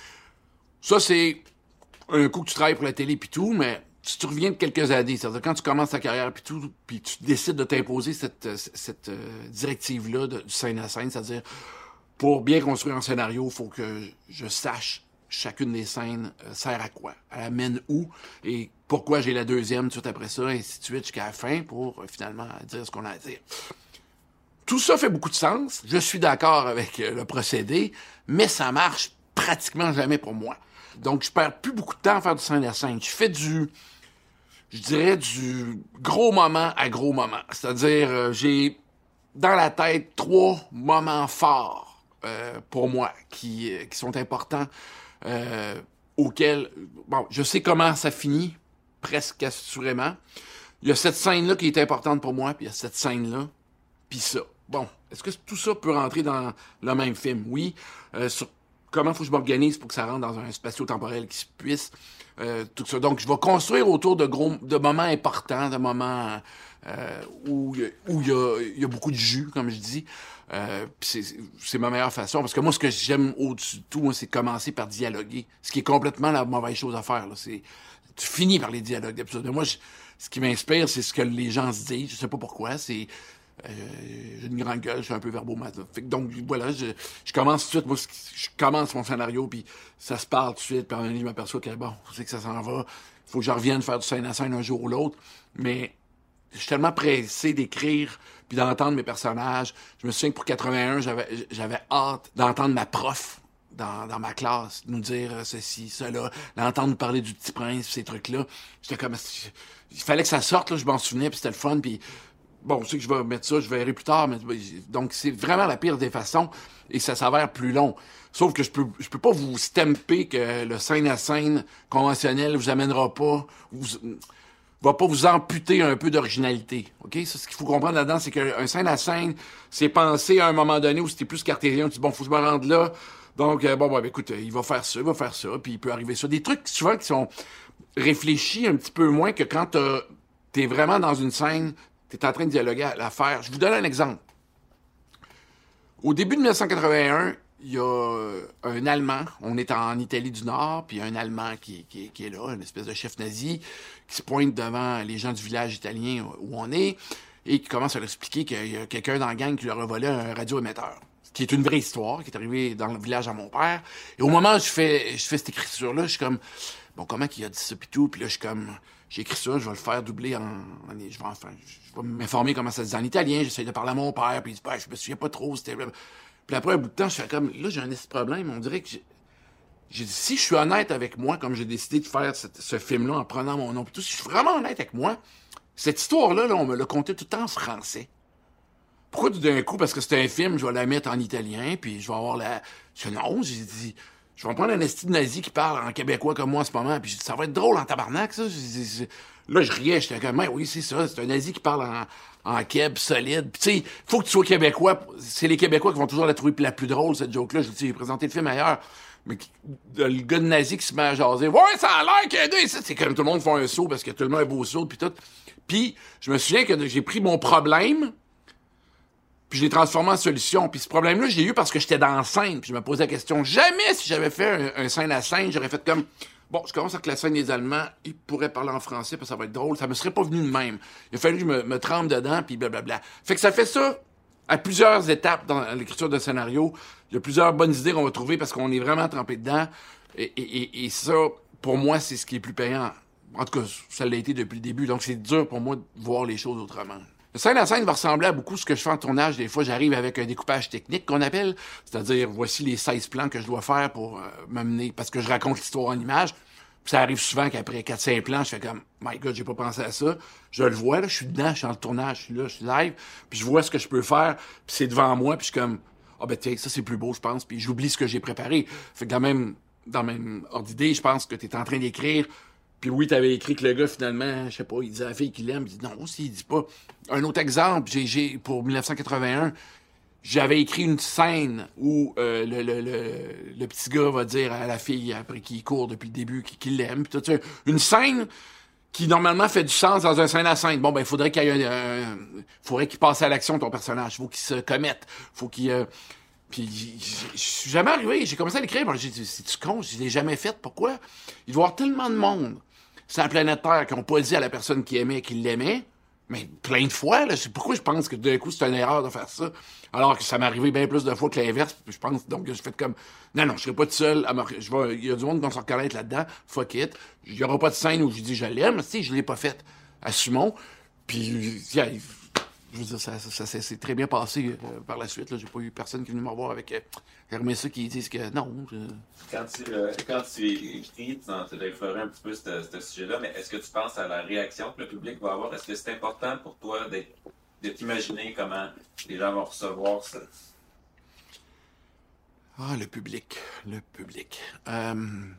Ça, c'est un coup que tu travailles pour la télé puis tout, mais si tu reviens de quelques années, c'est-à-dire quand tu commences ta carrière puis tout, puis tu décides de t'imposer cette, cette euh, directive-là de, du scène à scène, c'est-à-dire pour bien construire un scénario, il faut que je sache chacune des scènes euh, sert à quoi, elle amène où, et pourquoi j'ai la deuxième tout de suite après ça, et ainsi de suite jusqu'à la fin pour euh, finalement dire ce qu'on a à dire. Tout ça fait beaucoup de sens, je suis d'accord avec euh, le procédé, mais ça marche pratiquement jamais pour moi. Donc, je perds plus beaucoup de temps à faire du scène à scène. Je fais du, je dirais, du gros moment à gros moment. C'est-à-dire, euh, j'ai dans la tête trois moments forts euh, pour moi qui, euh, qui sont importants, euh, auxquels, bon, je sais comment ça finit, presque assurément. Il y a cette scène-là qui est importante pour moi, puis il y a cette scène-là, puis ça. Bon, est-ce que tout ça peut rentrer dans le même film? Oui. Euh, sur comment faut que je m'organise pour que ça rentre dans un spatio-temporel qui se puisse, euh, tout ça. Donc, je vais construire autour de gros, de moments importants, de moments euh, où où il y a, y a beaucoup de jus, comme je dis. Euh, c'est, c'est ma meilleure façon, parce que moi, ce que j'aime au-dessus de tout, moi, c'est commencer par dialoguer, ce qui est complètement la mauvaise chose à faire. Là. C'est, tu finis par les dialogues d'habitude. Moi, je, ce qui m'inspire, c'est ce que les gens se disent. Je sais pas pourquoi. C'est Euh, j'ai une grande gueule, je suis un peu verbomat. Fait que donc, voilà, je, je commence tout de suite, moi, je commence mon scénario, puis ça se parle tout de suite, puis en un je m'aperçois que, bon, je sais que ça s'en va, il faut que je revienne faire du scène à scène un jour ou l'autre, mais je suis tellement pressé d'écrire puis d'entendre mes personnages. Je me souviens que pour quatre-vingt-un, j'avais, j'avais hâte d'entendre ma prof dans, dans ma classe nous dire ceci, cela, d'entendre nous parler du Petit Prince, ces trucs-là. J'étais comme... Il fallait que ça sorte, là, je m'en souvenais, puis c'était le fun, puis... Bon, je sais que je vais mettre ça, je verrai plus tard, mais donc c'est vraiment la pire des façons et ça s'avère plus long. Sauf que je peux je peux pas vous stamper que le scène à scène conventionnel vous amènera pas, vous, va pas vous amputer un peu d'originalité. OK? Ça, ce qu'il faut comprendre là-dedans, c'est qu'un scène à scène, c'est pensé à un moment donné où c'était plus cartésien, tu dis bon, faut que je me rende là. Donc, euh, bon, bon, ben, écoute, il va faire ça, il va faire ça, puis il peut arriver ça. Des trucs, souvent, qui sont réfléchis un petit peu moins que quand t'es vraiment dans une scène, t'es en train de dialoguer à l'affaire. Je vous donne un exemple. Au début de mille neuf cent quatre-vingt-un, il y a un Allemand, on est en Italie du Nord, puis il y a un Allemand qui, qui, qui est là, une espèce de chef nazi, qui se pointe devant les gens du village italien où on est, et qui commence à leur expliquer qu'il y a quelqu'un dans la gang qui leur a volé un radioémetteur. Qui est une vraie histoire, qui est arrivée dans le village à mon père. Et au moment où je fais, je fais cette écriture-là, je suis comme, bon, comment qu'il a dit ça pis tout? Puis là, je suis comme, j'ai écrit ça, je vais le faire doubler en, en je vais enfin, je vais m'informer comment ça se dit en italien, j'essaie de parler à mon père, puis il dit, ben, je me souviens pas trop, c'était... Puis après, un bout de temps, je fais comme, là, j'ai un petit problème, on dirait que j'ai, j'ai dit, si je suis honnête avec moi, comme j'ai décidé de faire cette, ce film-là en prenant mon nom pis tout, si je suis vraiment honnête avec moi, cette histoire-là, là, on me l'a contée tout le temps en français. Pourquoi tout d'un coup, parce que c'est un film, je vais la mettre en italien, puis je vais avoir la... Je dis non, j'ai dit, je vais prendre un esti de nazi qui parle en québécois comme moi en ce moment, puis j'ai dit, ça va être drôle en tabarnak, ça. Dit, là, je riais, j'étais comme, oui, c'est ça, c'est un nazi qui parle en, en keb solide. Puis tu sais, faut que tu sois québécois, c'est les Québécois qui vont toujours la trouver la plus drôle, cette joke-là. Je dis, j'ai présenté le film ailleurs, mais le gars de nazi qui se met à jaser, ouais, ça a l'air qu'il y a deux, c'est comme tout le monde fait un saut, parce que tout le monde a un beau saut, puis tout. Puis je me souviens que j'ai pris mon problème, puis je l'ai transformé en solution. Puis ce problème-là, je l'ai eu parce que j'étais dans la scène. Puis je me posais la question, jamais si j'avais fait un, un scène à scène, j'aurais fait comme, bon, je commence avec la scène des Allemands, ils pourraient parler en français, parce que ça va être drôle. Ça me serait pas venu de même. Il a fallu que je me, me trempe dedans, puis blablabla. Fait que ça fait ça à plusieurs étapes dans l'écriture de scénario. Il y a plusieurs bonnes idées qu'on va trouver parce qu'on est vraiment trempé dedans. Et, et, et, et ça, pour moi, c'est ce qui est plus payant. En tout cas, ça l'a été depuis le début. Donc c'est dur pour moi de voir les choses autrement. Le scène à scène va ressembler à beaucoup ce que je fais en tournage. Des fois, j'arrive avec un découpage technique qu'on appelle, c'est-à-dire, voici les seize plans que je dois faire pour euh, m'amener, parce que je raconte l'histoire en image. Puis ça arrive souvent qu'après quatre cinq plans, je fais comme, my God, j'ai pas pensé à ça. Je le vois, là, je suis dedans, je suis en tournage, je suis là, je suis live, puis je vois ce que je peux faire, puis c'est devant moi, puis je suis comme, ah oh, ben tiens, ça c'est plus beau, je pense, puis j'oublie ce que j'ai préparé. Fait que dans le même, dans le même ordre d'idée, je pense que t'es en train d'écrire. Puis oui, t'avais écrit que le gars, finalement, je sais pas, il disait à la fille qu'il l'aime. Il dit non, aussi, il dit pas. Un autre exemple, j'ai, j'ai pour mille neuf cent quatre-vingt-un, j'avais écrit une scène où euh, le, le, le, le petit gars va dire à la fille, après qu'il court depuis le début, qu'il l'aime. Puis tout ça. Une scène qui, normalement, fait du sens dans un scène à scène. Bon, ben, il faudrait qu'il y ait un... un faudrait qu'il passe à l'action, ton personnage. Faut qu'il se commette. Faut qu'il... Euh, Puis, je suis jamais arrivé. J'ai commencé à l'écrire. J'ai dit, c'est-tu con? Je l'ai jamais fait. Pourquoi? Il doit y avoir tellement de monde sur la planète Terre qui n'ont pas dit à la personne qui aimait qu'ils l'aimaient. Mais plein de fois, là. C'est pourquoi je pense que d'un coup, c'est une erreur de faire ça. Alors que ça m'est arrivé bien plus de fois que l'inverse. Je pense, donc, je fais comme, non, non, je serai pas tout seul. À me... je vais... Il y a du monde qui va se reconnaître là-dedans. Fuck it. Il y aura pas de scène où je dis je l'aime. Tu sais, je l'ai pas faite. Assumons. Puis, yeah, je veux dire, ça, ça, ça s'est très bien passé euh, par la suite. Là. J'ai pas eu personne qui est venu me revoir avec euh, Hermès ça qui disent que non. Je... Quand tu, euh, quand tu écris, tu as effleuré un petit peu ce, ce sujet-là, mais est-ce que tu penses à la réaction que le public va avoir? Est-ce que c'est important pour toi d'être, de t'imaginer comment les gens vont recevoir ça? Ah, le public. Le public. Euh...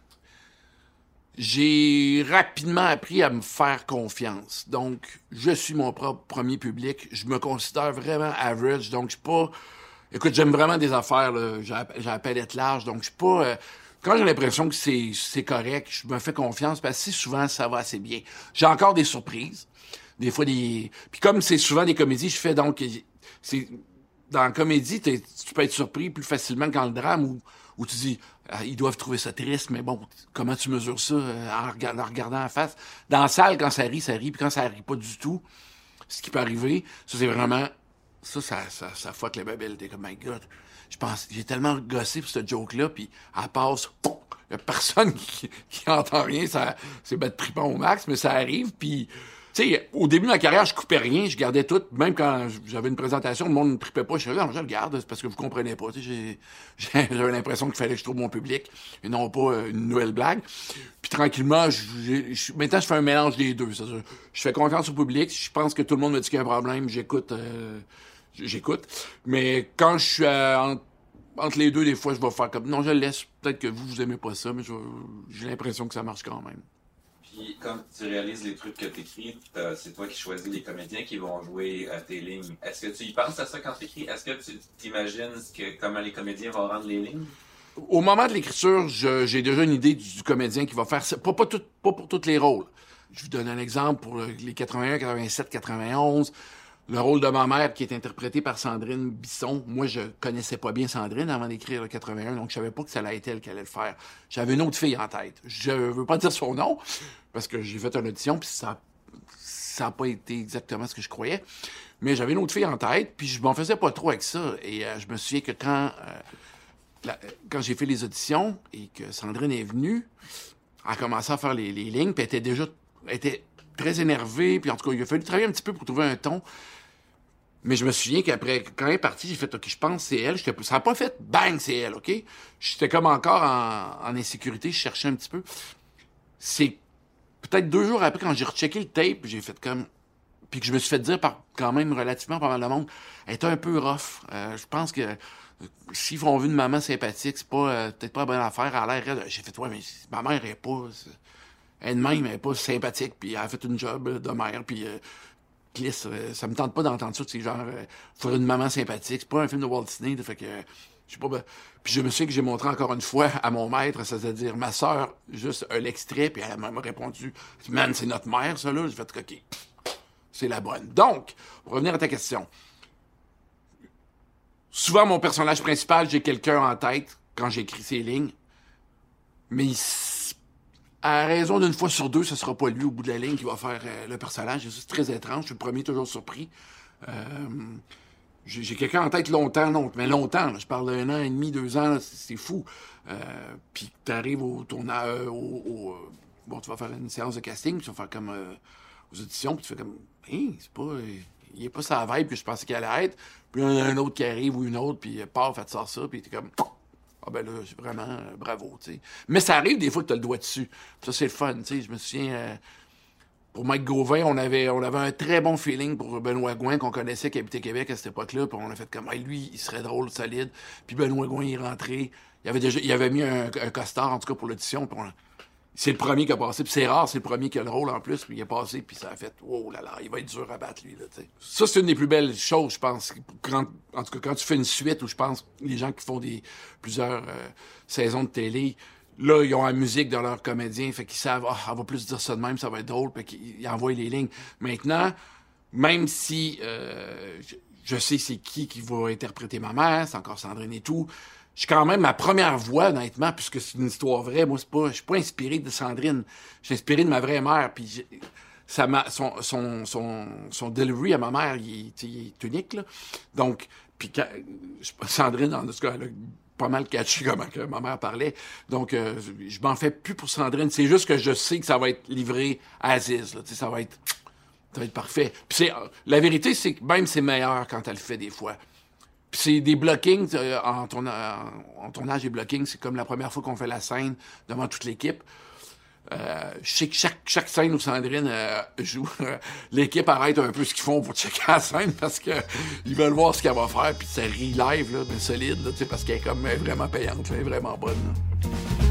J'ai rapidement appris à me faire confiance. Donc, je suis mon propre premier public. Je me considère vraiment average. Donc, je suis pas... Écoute, j'aime vraiment des affaires, là. J'ai, j'ai la palette large. Donc, je suis pas... Euh... Quand j'ai l'impression que c'est, c'est correct, je me fais confiance parce que si souvent, ça va assez bien. J'ai encore des surprises. Des fois, des... Puis comme c'est souvent des comédies, je fais donc... C'est... Dans la comédie, tu peux être surpris plus facilement que dans le drame où, où tu dis... Ils doivent trouver ça triste, mais bon, comment tu mesures ça euh, en, regard- en regardant en face? Dans la salle, quand ça rit, ça rit, puis quand ça rit pas du tout, ce qui peut arriver, ça c'est vraiment Ça, ça, ça, ça fuck les babelles. T'es comme, my God. Je pense, j'ai tellement gossé pour cette joke-là, puis elle passe, il y a personne qui, qui entend rien, ça, c'est battre tripant au max, mais ça arrive, puis, tu sais, au début de ma carrière, je coupais rien, je gardais tout, même quand j'avais une présentation, le monde ne tripait pas, je disais, non, je le garde, c'est parce que vous comprenez pas, tu sais, j'ai, j'avais l'impression qu'il fallait que je trouve mon public, et non pas une nouvelle blague. Puis tranquillement, je, je, maintenant, je fais un mélange des deux, ça, je fais confiance au public, je pense que tout le monde me dit qu'il y a un problème, j'écoute, euh, j'écoute. Mais quand je suis à, entre, entre les deux, des fois, je vais faire comme... Non, je le laisse. Peut-être que vous, vous aimez pas ça, mais je, j'ai l'impression que ça marche quand même. Puis, quand tu réalises les trucs que t'écris, c'est toi qui choisis les comédiens qui vont jouer à tes lignes. Est-ce que tu y penses à ça quand t'écris? Est-ce que tu t'imagines que, comment les comédiens vont rendre les lignes? Au moment de l'écriture, je, j'ai déjà une idée du, du comédien qui va faire ça. Pas, pas, tout, pas pour tous les rôles. Je vous donne un exemple pour les quatre-vingt-un, quatre-vingt-sept, quatre-vingt-onze... Le rôle de ma mère, qui est interprété par Sandrine Bisson. Moi, je connaissais pas bien Sandrine avant d'écrire le quatre-vingt-un, donc je savais pas que ça allait être elle qui allait le faire. J'avais une autre fille en tête. Je veux pas dire son nom, parce que j'ai fait une audition, puis ça ça a pas été exactement ce que je croyais. Mais j'avais une autre fille en tête, puis je m'en faisais pas trop avec ça. Et euh, je me souviens que quand, euh, la, quand j'ai fait les auditions, et que Sandrine est venue, elle a commencé à faire les, les lignes, puis elle était déjà... Elle était très énervée, puis en tout cas, il a fallu travailler un petit peu pour trouver un ton. Mais je me souviens qu'après, quand elle est partie, j'ai fait, OK, je pense que c'est elle. J'étais, ça n'a pas fait bang, c'est elle, OK? J'étais comme encore en, en insécurité, je cherchais un petit peu. C'est peut-être deux jours après, quand j'ai rechecké le tape, j'ai fait comme... Puis que je me suis fait dire par quand même relativement pas mal de monde, elle était un peu rough. Euh, je pense que euh, s'ils font vu une maman sympathique, c'est pas euh, peut-être pas la bonne affaire. Elle a l'air raide. J'ai fait, ouais, mais ma mère est pas... Elle-même, elle est pas sympathique, puis elle a fait une job de mère, puis... Euh, Cliss, euh, ça me tente pas d'entendre ça, tu sais, genre, euh, faire une maman sympathique. C'est pas un film de Walt Disney, là, fait que, euh, je sais pas, ben, puis je me souviens que j'ai montré encore une fois à mon maître, c'est-à-dire ma sœur, juste un extrait, puis elle m'a répondu, man, c'est notre mère, ça, là. J'ai fait, OK, c'est la bonne. Donc, pour revenir à ta question, souvent, mon personnage principal, j'ai quelqu'un en tête quand j'écris ces lignes, mais il à raison d'une fois sur deux, ce sera pas lui au bout de la ligne qui va faire euh, le personnage. C'est très étrange. Je suis le premier toujours surpris. Euh, j'ai, j'ai quelqu'un en tête longtemps, non, mais longtemps. Là, je parle d'un an et demi, deux ans, là, c'est, c'est fou. Euh, puis t'arrives au tournage, euh, au, au, euh, bon, tu vas faire une séance de casting, puis tu vas faire comme euh, aux auditions, puis tu fais comme, hein, c'est pas, euh, il est pas sa vibe que je pensais qu'il allait être. Puis il y en a un autre qui arrive ou une autre, puis euh, paf, fait sort ça, puis t'es comme. Ah ben là, c'est vraiment euh, bravo, tu sais. Mais ça arrive des fois que t'as le doigt dessus. Ça, c'est le fun, tu sais. Je me souviens, euh, pour Mike Gauvin, on avait, on avait un très bon feeling pour Benoît Gouin, qu'on connaissait, qui habitait Québec à cette époque-là. Puis on a fait comme, hey, lui, il serait drôle, solide. Puis Benoît Gouin, il est rentré. Il avait déjà, il avait mis un, un costard, en tout cas, pour l'audition. Puis on, c'est le premier qui a passé. Puis c'est rare, c'est le premier qui a le rôle en plus. Puis il est passé, puis ça a fait, oh là là, il va être dur à battre, lui, là, tu sais. Ça, c'est une des plus belles choses, je pense. Quand, en tout cas, quand tu fais une suite où je pense, les gens qui font des plusieurs euh, saisons de télé, là, ils ont la musique de leur comédien, fait qu'ils savent, ah, oh, on va plus dire ça de même, ça va être drôle, puis qu'ils envoient les lignes. Maintenant, même si euh, je, je sais c'est qui qui va interpréter ma mère, c'est encore Sandrine et tout, je suis quand même ma première voix, honnêtement, puisque c'est une histoire vraie. Moi, c'est pas, je suis pas inspiré de Sandrine. Je suis inspiré de ma vraie mère. Puis ça m'a, son, son, son, son delivery à ma mère, il est, il est unique, là. Donc, puis Sandrine, en tout cas, elle a pas mal catché comment que ma mère parlait. Donc, euh, je m'en fais plus pour Sandrine. C'est juste que je sais que ça va être livré à Aziz, là. Tu sais, ça va être, ça va être parfait. Puis c'est, la vérité, c'est que même c'est meilleur quand elle le fait des fois. Puis c'est des blockings, euh, en, tourna- en tournage et blockings, c'est comme la première fois qu'on fait la scène devant toute l'équipe. Euh, je sais que chaque, chaque scène où Sandrine euh, joue, euh, l'équipe arrête un peu ce qu'ils font pour checker la scène parce que ils veulent voir ce qu'elle va faire, puis ça rit live, là, mais solide, là, parce qu'elle est comme elle est vraiment payante, là, elle est vraiment bonne. Là.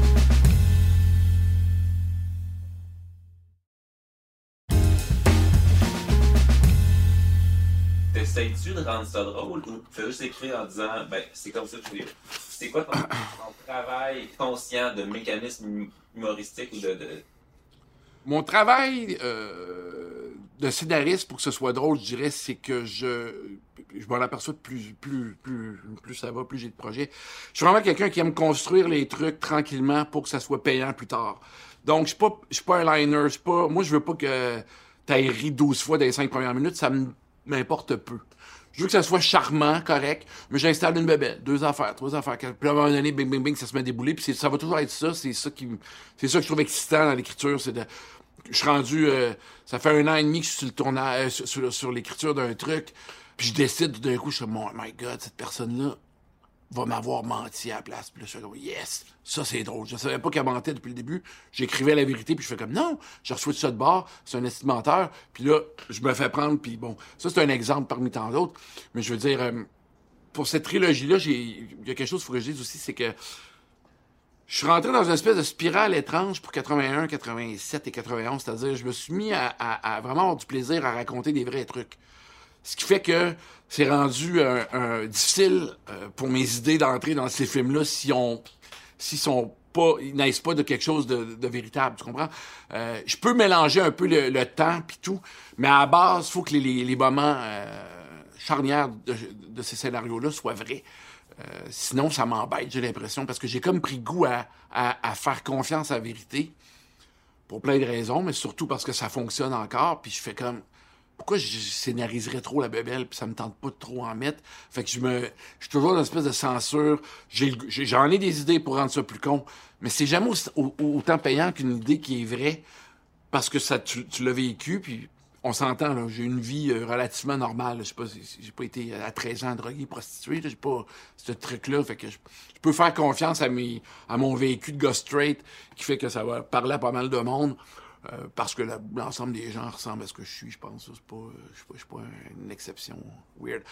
T'essayes-tu de rendre ça drôle ou tu fais juste écrire en disant, ben, c'est comme ça que je veux. C'est quoi ton, ton travail conscient de mécanisme humoristique ou de. de... Mon travail euh, de scénariste, pour que ce soit drôle, je dirais, c'est que je, je m'en aperçois de plus, plus, plus, plus ça va, plus j'ai de projets. Je suis vraiment quelqu'un qui aime construire les trucs tranquillement pour que ça soit payant plus tard. Donc, je suis pas, je suis pas un liner, je suis pas, moi, je veux pas que t'ailles ri douze fois dans les cinq premières minutes, ça m'importe peu. Je veux que ça soit charmant, correct, mais j'installe une bébelle, deux affaires, trois affaires, quatre. Puis à un moment donné, bing, bing, bing, ça se met à débouler, puis c'est, ça va toujours être ça, c'est ça qui, c'est ça que je trouve excitant dans l'écriture, c'est de, je suis rendu, euh, ça fait un an et demi que je suis sur le tournage, euh, sur, sur, sur l'écriture d'un truc, puis je décide tout d'un coup, je suis, oh my God, cette personne-là va m'avoir menti à la place. Puis là, je fais comme, yes, ça c'est drôle. Je savais pas qu'elle mentait depuis le début. J'écrivais la vérité, puis je fais comme, non, j'ai reçu ça de bord, c'est un estimateur. Puis là, je me fais prendre, puis bon, ça c'est un exemple parmi tant d'autres. Mais je veux dire, euh, pour cette trilogie-là, j'ai, il y a quelque chose qu'il faut que je dise aussi, c'est que je suis rentré dans une espèce de spirale étrange pour quatre-vingt-un, quatre-vingt-sept et quatre-vingt-onze. C'est-à-dire, je me suis mis à, à, à vraiment avoir du plaisir à raconter des vrais trucs. Ce qui fait que c'est rendu euh, euh, difficile euh, pour mes idées d'entrer dans ces films-là si on, s'ils sont pas, ils naissent pas de quelque chose de, de véritable, tu comprends? Euh, je peux mélanger un peu le, le temps puis tout, mais à la base, il faut que les, les, les moments euh, charnières de, de ces scénarios-là soient vrais. Euh, sinon, ça m'embête, j'ai l'impression, parce que j'ai comme pris goût à, à, à faire confiance à la vérité, pour plein de raisons, mais surtout parce que ça fonctionne encore, puis je fais comme... Pourquoi je scénariserais trop la bébelle puis ça me tente pas de trop en mettre? Fait que je me, je suis toujours dans une espèce de censure. J'ai, j'ai, j'en ai des idées pour rendre ça plus con, mais c'est jamais aussi, au, autant payant qu'une idée qui est vraie parce que ça, tu, tu l'as vécu puis on s'entend, là. J'ai une vie euh, relativement normale. Là. Je sais pas, j'ai pas été à treize ans drogué, prostitué. Là. J'ai pas ce truc-là. Fait que je, je peux faire confiance à mes, à mon vécu de gars straight qui fait que ça va parler à pas mal de monde. Euh, parce que la, l'ensemble des gens ressemblent à ce que je suis, je pense. C'est pas, je suis pas, je suis pas une exception weird.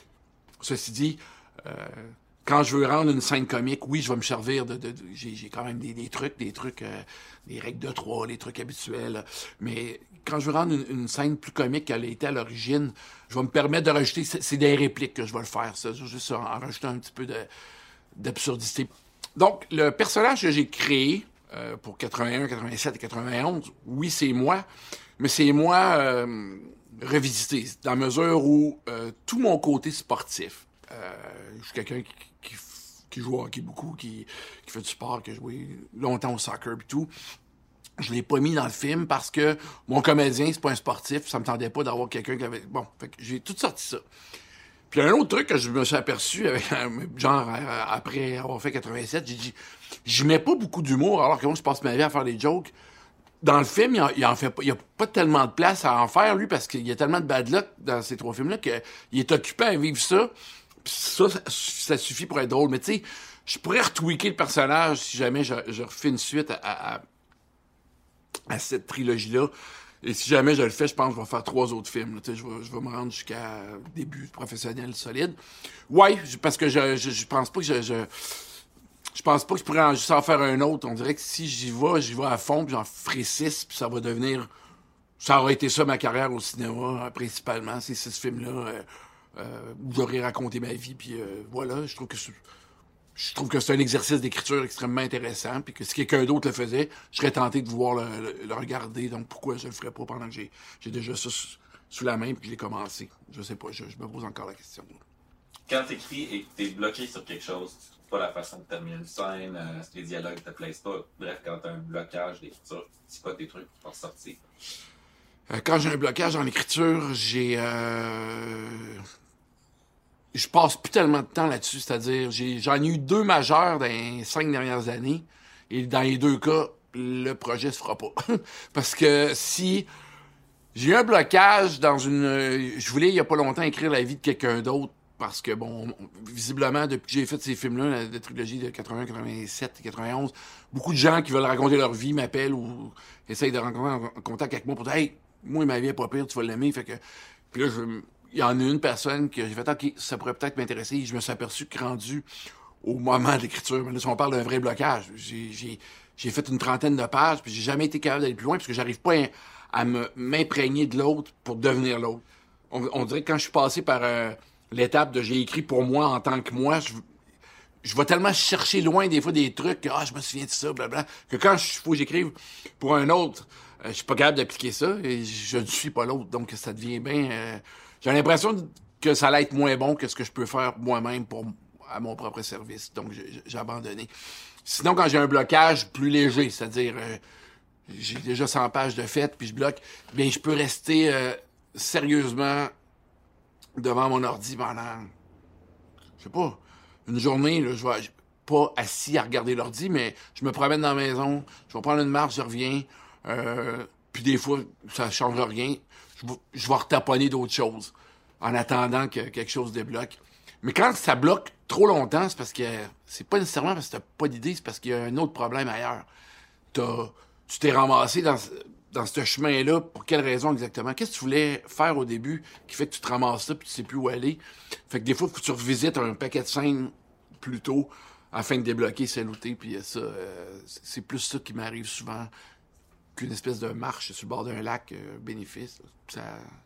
Ceci dit, euh, quand je veux rendre une scène comique, oui, je vais me servir de... de, de j'ai, j'ai quand même des, des trucs, des trucs, euh, des règles de trois, des trucs habituels. Mais quand je veux rendre une, une scène plus comique qu'elle a été à l'origine, je vais me permettre de rajouter... C'est, c'est des répliques que je vais le faire, ça. Juste en, en rajoutant un petit peu de, d'absurdité. Donc, le personnage que j'ai créé... Euh, pour quatre-vingt-un, quatre-vingt-sept et quatre-vingt-onze, oui, c'est moi, mais c'est moi euh, revisité, dans la mesure où euh, tout mon côté sportif, euh, je suis quelqu'un qui, qui, qui joue au hockey beaucoup, qui, qui fait du sport, qui a joué longtemps au soccer et tout, je l'ai pas mis dans le film parce que mon comédien, c'est pas un sportif, ça me tentait pas d'avoir quelqu'un qui avait... Bon, fait que j'ai tout sorti ça. Puis un autre truc que je me suis aperçu, avec, genre après avoir fait quatre-vingt-sept, j'ai dit, j'y mets pas beaucoup d'humour, alors que moi, je passe ma vie à faire des jokes. Dans le film, il en, il en fait pas, il y a pas tellement de place à en faire, lui, parce qu'il y a tellement de bad luck dans ces trois films-là qu'il est occupé à vivre ça. Puis ça, ça, ça suffit pour être drôle. Mais tu sais, je pourrais retweaker le personnage si jamais je, je refais une suite à, à, à cette trilogie-là. Et si jamais je le fais, je pense que je vais faire trois autres films. Tu sais, je vais, je vais me rendre jusqu'à début professionnel solide. Ouais, parce que je, je, je pense pas que je, je, je pense pas que je pourrais en, juste en faire un autre. On dirait que si j'y vais, j'y vais à fond, puis j'en ferai six, puis ça va devenir... Ça aurait été ça ma carrière au cinéma, principalement, ces six films-là, euh, euh, où j'aurais raconté ma vie, puis euh, voilà, je trouve que c'est... Je trouve que c'est un exercice d'écriture extrêmement intéressant, puis que si quelqu'un d'autre le faisait, je serais tenté de vouloir le, le, le regarder. Donc pourquoi je le ferais pas pendant que j'ai, j'ai déjà ça sous, sous la main et que je l'ai commencé? Je sais pas, je, je me pose encore la question. Quand t'écris et que t'es bloqué sur quelque chose, tu trouves pas la façon de terminer une scène, euh, les dialogues te plaisent pas, bref, quand t'as un blocage d'écriture, c'est pas tes trucs pour sortir. Euh, quand j'ai un blocage dans l'écriture, j'ai... Euh... Je passe plus tellement de temps là-dessus, c'est-à-dire, j'ai, j'en ai eu deux majeurs dans les cinq dernières années, et dans les deux cas, le projet se fera pas. Parce que si j'ai eu un blocage dans une... Je voulais, il y a pas longtemps, écrire la vie de quelqu'un d'autre, parce que, bon, visiblement, depuis que j'ai fait ces films-là, la, la trilogie de quatre-vingt-un, quatre-vingt-sept et quatre-vingt-onze, beaucoup de gens qui veulent raconter leur vie m'appellent ou essayent de rentrer en contact avec moi pour dire « Hey, moi, ma vie est pas pire, tu vas l'aimer. » Fait que... Puis là, je... Il y en a une personne que j'ai fait « OK, ça pourrait peut-être m'intéresser. » Et je me suis aperçu que rendu au moment de l'écriture, là, si on parle d'un vrai blocage, j'ai, j'ai, j'ai fait une trentaine de pages, puis j'ai jamais été capable d'aller plus loin, parce que j'arrive pas à, à me, m'imprégner de l'autre pour devenir l'autre. On, on dirait que quand je suis passé par euh, l'étape de j'ai écrit pour moi en tant que moi, je, je vais tellement chercher loin des fois des trucs que « Ah, je me souviens de ça, blablabla », que quand il faut que j'écrive pour un autre, euh, je suis pas capable d'appliquer ça, et je ne suis pas l'autre, donc ça devient bien... Euh, J'ai l'impression que ça allait être moins bon que ce que je peux faire moi-même pour à mon propre service. Donc, j'ai, j'ai abandonné. Sinon, quand j'ai un blocage plus léger, c'est-à-dire euh, j'ai déjà cent pages de fait, puis je bloque, bien, je peux rester euh, sérieusement devant mon ordi pendant, je sais pas, une journée, là, je vais pas assis à regarder l'ordi, mais je me promène dans la maison, je vais prendre une marche, je reviens, euh, puis des fois, ça change rien, je, je vais retaponner d'autres choses en attendant que quelque chose débloque. Mais quand ça bloque trop longtemps, c'est parce que c'est pas nécessairement parce que t'as pas d'idée, c'est parce qu'il y a un autre problème ailleurs. T'as, tu t'es ramassé dans, dans ce chemin-là, pour quelle raison exactement? Qu'est-ce que tu voulais faire au début qui fait que tu te ramasses là puis tu sais plus où aller? Fait que des fois, il faut que tu revisites un paquet de scènes plus tôt afin de débloquer celle où t'es, puis ça, euh, c'est plus ça qui m'arrive souvent qu'une espèce de marche sur le bord d'un lac euh, bénéfice. Ça...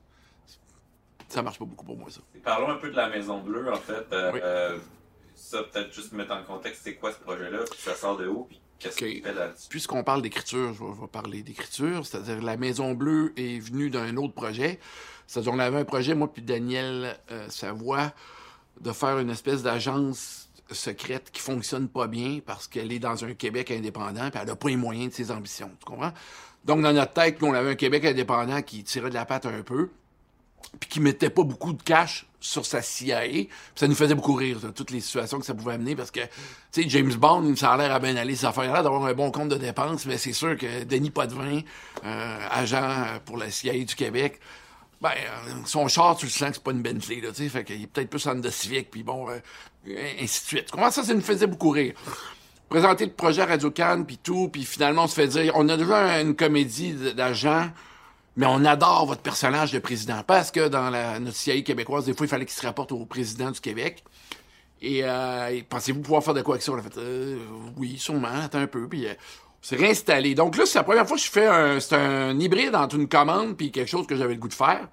Ça marche pas beaucoup pour moi, ça. Et parlons un peu de la Maison Bleue, en fait. Euh, oui. euh, ça, peut-être juste mettre en contexte, c'est quoi ce projet-là, puis ça sort de où, puis qu'est-ce okay. qu'il fait là-dessus? Puisqu'on parle d'écriture, je vais, je vais parler d'écriture, c'est-à-dire la Maison Bleue est venue d'un autre projet. C'est-à-dire on avait un projet, moi puis Daniel euh, Savoie, de faire une espèce d'agence secrète qui fonctionne pas bien parce qu'elle est dans un Québec indépendant puis elle a pas les moyens de ses ambitions, tu comprends? Donc, dans notre tête, nous, on avait un Québec indépendant qui tirait de la patte un peu, puis qui mettait pas beaucoup de cash sur sa C I A. Puis ça nous faisait beaucoup rire, ça, toutes les situations que ça pouvait amener, parce que, tu sais, James Bond, ça a l'air à bien aller, ça a l'air d'avoir un bon compte de dépenses, mais c'est sûr que Denis Potvin, euh, agent pour la C I A du Québec, ben, euh, son char, tu le sens que c'est pas une Bentley, là, tu sais, fait qu'il est peut-être plus en Honda Civic, puis bon, euh, ainsi de suite. Comment ça, ça nous faisait beaucoup rire? Présenter le projet à Radio-Can, puis tout, puis finalement, on se fait dire, on a déjà une comédie d'agent, mais on adore votre personnage de président. Parce que dans la, notre C I A québécoise, des fois, il fallait qu'il se rapporte au président du Québec. Et, euh, et pensez-vous pouvoir faire de quoi avec ça? On a fait, euh, oui, sûrement, attends un peu. Puis euh, on s'est réinstallé. Donc là, c'est la première fois que je fais un, c'est un hybride entre une commande puis quelque chose que j'avais le goût de faire.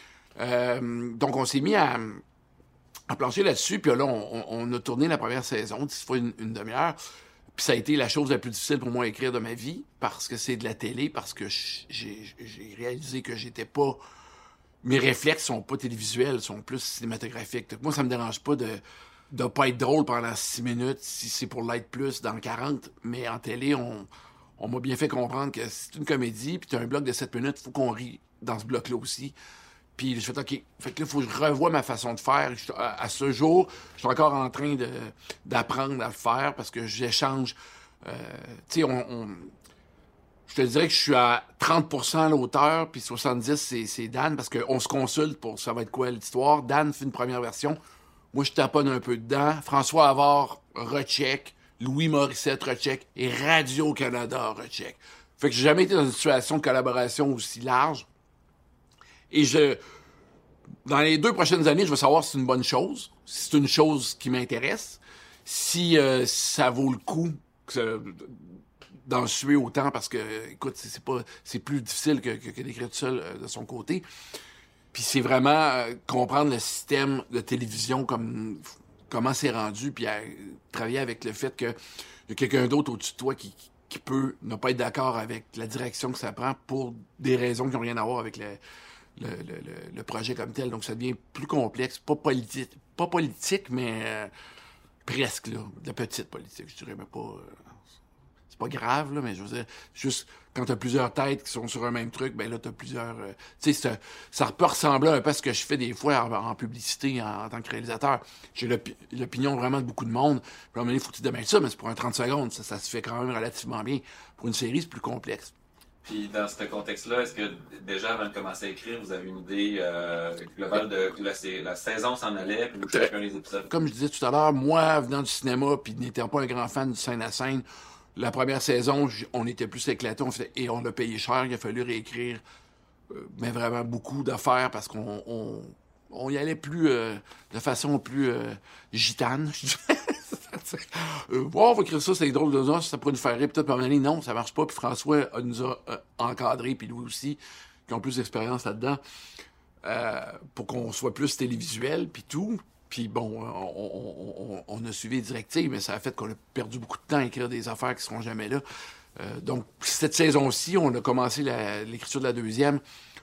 Euh, donc on s'est mis à, à plancher là-dessus. Puis là, on, on a tourné la première saison, dix fois une, une demi-heure. Puis ça a été la chose la plus difficile pour moi à écrire de ma vie, parce que c'est de la télé, parce que j'ai, j'ai réalisé que j'étais pas... Mes réflexes sont pas télévisuels, sont plus cinématographiques. Donc moi, ça me dérange pas de de pas être drôle pendant six minutes, si c'est pour l'être plus dans quarante. Mais en télé, on, on m'a bien fait comprendre que c'est une comédie, puis t'as un bloc de sept minutes, faut qu'on rie dans ce bloc-là aussi. Puis je fais OK. Fait que là, il faut que je revoie ma façon de faire. Je, à, à ce jour, je suis encore en train de, d'apprendre à le faire parce que j'échange. Euh, tu sais, on, on, je te dirais que je suis à trente pour cent l'auteur, puis soixante-dix pour cent c'est, c'est Dan, parce qu'on se consulte pour ça va être quoi l'histoire. Dan fait une première version. Moi, je taponne un peu dedans. François Havard recheck. Louis Morissette recheck. Et Radio-Canada recheck. Fait que j'ai jamais été dans une situation de collaboration aussi large. Et je, dans les deux prochaines années, je vais savoir si c'est une bonne chose, si c'est une chose qui m'intéresse, si euh, ça vaut le coup que, d'en suer autant, parce que, écoute, c'est, c'est pas, c'est plus difficile que, que, que d'écrire tout seul euh, de son côté. Puis c'est vraiment euh, comprendre le système de télévision, comme comment c'est rendu, puis à, travailler avec le fait qu'il y a quelqu'un d'autre au-dessus de toi qui, qui peut ne pas être d'accord avec la direction que ça prend pour des raisons qui n'ont rien à voir avec le Le, le, le projet comme tel. Donc, ça devient plus complexe. Pas politique, pas politique mais euh, presque, là. De la petite politique, je dirais, mais pas... Euh, c'est pas grave, là, mais je veux dire, juste quand t'as plusieurs têtes qui sont sur un même truc, ben là, t'as plusieurs... Euh, tu sais, ça, ça peut ressembler un peu à ce que je fais des fois en, en publicité, en, en tant que réalisateur. J'ai l'opi- l'opinion vraiment de beaucoup de monde. Puis à un moment donné, faut que tu démêles ça, mais c'est pour un trente secondes. Ça, ça se fait quand même relativement bien. Pour une série, c'est plus complexe. Puis dans ce contexte-là, est-ce que déjà avant de commencer à écrire, vous avez une idée euh, globale de où la, la saison s'en allait, puis où chacun des épisodes? Comme je disais tout à l'heure, moi, venant du cinéma, puis n'étant pas un grand fan du scène à scène, la première saison, on était plus éclatés, on fait, et on a payé cher, il a fallu réécrire, euh, mais vraiment beaucoup d'affaires, parce qu'on on, on y allait plus, euh, de façon plus euh, gitane, je dirais. Euh, oh, on va écrire ça, c'est drôle de ça, ça pourrait nous faire rire. Peut-être par année, non, ça marche pas. Puis François euh, nous a euh, encadrés, puis Louis aussi, qui ont plus d'expérience là-dedans, euh, pour qu'on soit plus télévisuel, puis tout. Puis bon, on, on, on, on a suivi les directives, mais ça a fait qu'on a perdu beaucoup de temps à écrire des affaires qui seront jamais là. Euh, donc, cette saison-ci, on a commencé la, l'écriture de la deuxième.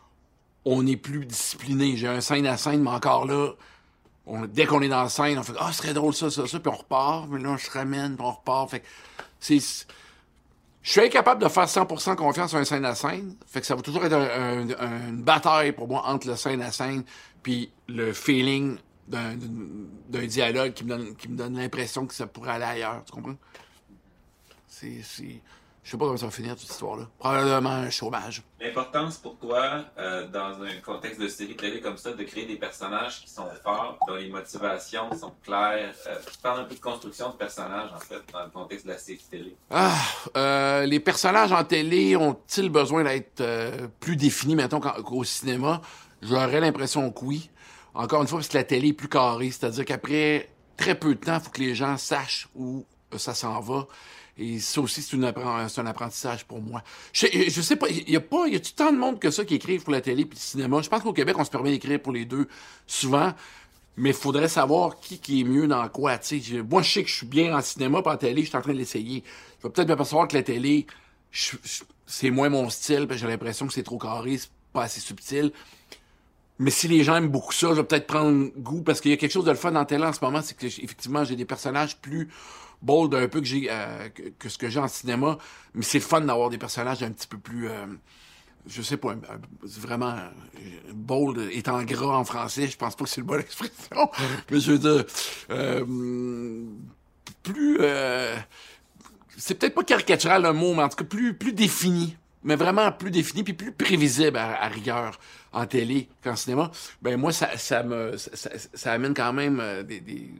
On est plus discipliné. J'ai un scène à scène, mais encore là, On, dès qu'on est dans la scène, on fait « Ah, ce serait drôle ça, ça, ça », puis on repart, mais là, on se ramène, puis on repart. Fait que c'est... Je suis incapable de faire cent pour cent confiance à un scène à scène. Fait que ça va toujours être un, un, un, une bataille pour moi entre le scène à scène puis le feeling d'un, d'un dialogue qui me donne, qui me donne l'impression que ça pourrait aller ailleurs. Tu comprends? C'est, c'est... Je sais pas comment ça va finir, toute cette histoire-là. Probablement un chômage. L'importance pour toi, euh, dans un contexte de série télé comme ça, de créer des personnages qui sont forts, dont les motivations sont claires. Euh, tu parles un peu de construction de personnages, en fait, dans le contexte de la série télé. Ah, euh, les personnages en télé ont-ils besoin d'être euh, plus définis, mettons, qu'au cinéma? J'aurais l'impression que oui. Encore une fois, parce que la télé est plus carrée. C'est-à-dire qu'après très peu de temps, il faut que les gens sachent où ça s'en va. Et ça aussi, c'est, une appren- c'est un apprentissage pour moi. Je, je sais pas, il y a pas, il y a tant de monde que ça qui écrivent pour la télé puis le cinéma. Je pense qu'au Québec, on se permet d'écrire pour les deux souvent, mais il faudrait savoir qui, qui est mieux dans quoi. Tu sais, moi, je sais que je suis bien en cinéma, pas en télé, je suis en train de l'essayer. Je vais peut-être m'apercevoir que la télé, je, je, c'est moins mon style, parce que j'ai l'impression que c'est trop carré, c'est pas assez subtil. Mais si les gens aiment beaucoup ça, je vais peut-être prendre goût, parce qu'il y a quelque chose de le fun dans la télé en ce moment, c'est que effectivement, j'ai des personnages plus bold un peu que j'ai euh, que, que ce que j'ai en cinéma, mais c'est le fun d'avoir des personnages un petit peu plus euh, je sais pas, un, un, vraiment euh, bold étant gras en français, je pense pas que c'est une bonne expression, mais je veux dire euh, plus euh, c'est peut-être pas caricatural le mot, mais en tout cas plus plus défini, mais vraiment plus défini puis plus prévisible à, à rigueur en télé qu'en cinéma. Ben moi ça ça me ça, ça, ça amène quand même euh, des, des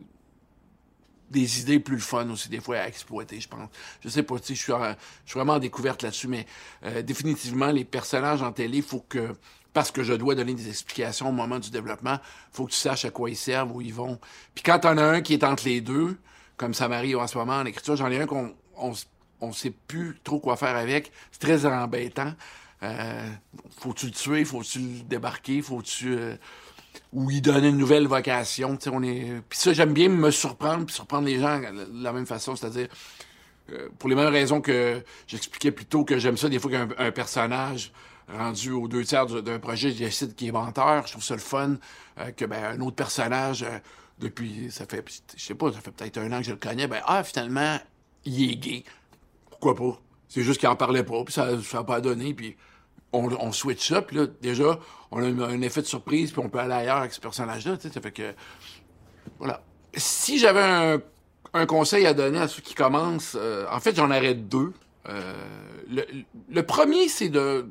des idées plus le fun aussi, des fois, à exploiter, je pense. Je sais pas, tu sais, je suis, je suis vraiment en découverte là-dessus, mais euh, définitivement, les personnages en télé, il faut que, parce que je dois donner des explications au moment du développement, faut que tu saches à quoi ils servent, où ils vont. Puis quand t'en as un qui est entre les deux, comme ça m'arrive en ce moment en écriture, j'en ai un qu'on on, on sait plus trop quoi faire avec, c'est très embêtant. Euh, faut-tu le tuer, faut-tu le débarquer, faut-tu... Euh, ou lui donner une nouvelle vocation, tu sais, on est... Puis ça, j'aime bien me surprendre, puis surprendre les gens de la même façon, c'est-à-dire, euh, pour les mêmes raisons que j'expliquais plus tôt que j'aime ça, des fois qu'un un personnage rendu aux deux tiers d'un projet, je décide qu'il est menteur, je trouve ça le fun, euh, que, ben, un autre personnage, euh, depuis, ça fait, je sais pas, ça fait peut-être un an que je le connais, ben, ah, finalement, il est gay. Pourquoi pas? C'est juste qu'il en parlait pas, puis ça, ça a pas donné, puis... On, on switch ça, puis là, déjà, on a un effet de surprise, puis on peut aller ailleurs avec ce personnage-là, tu sais, ça fait que... Voilà. Si j'avais un, un conseil à donner à ceux qui commencent, euh, en fait, j'en aurais deux. Euh, le, le premier, c'est de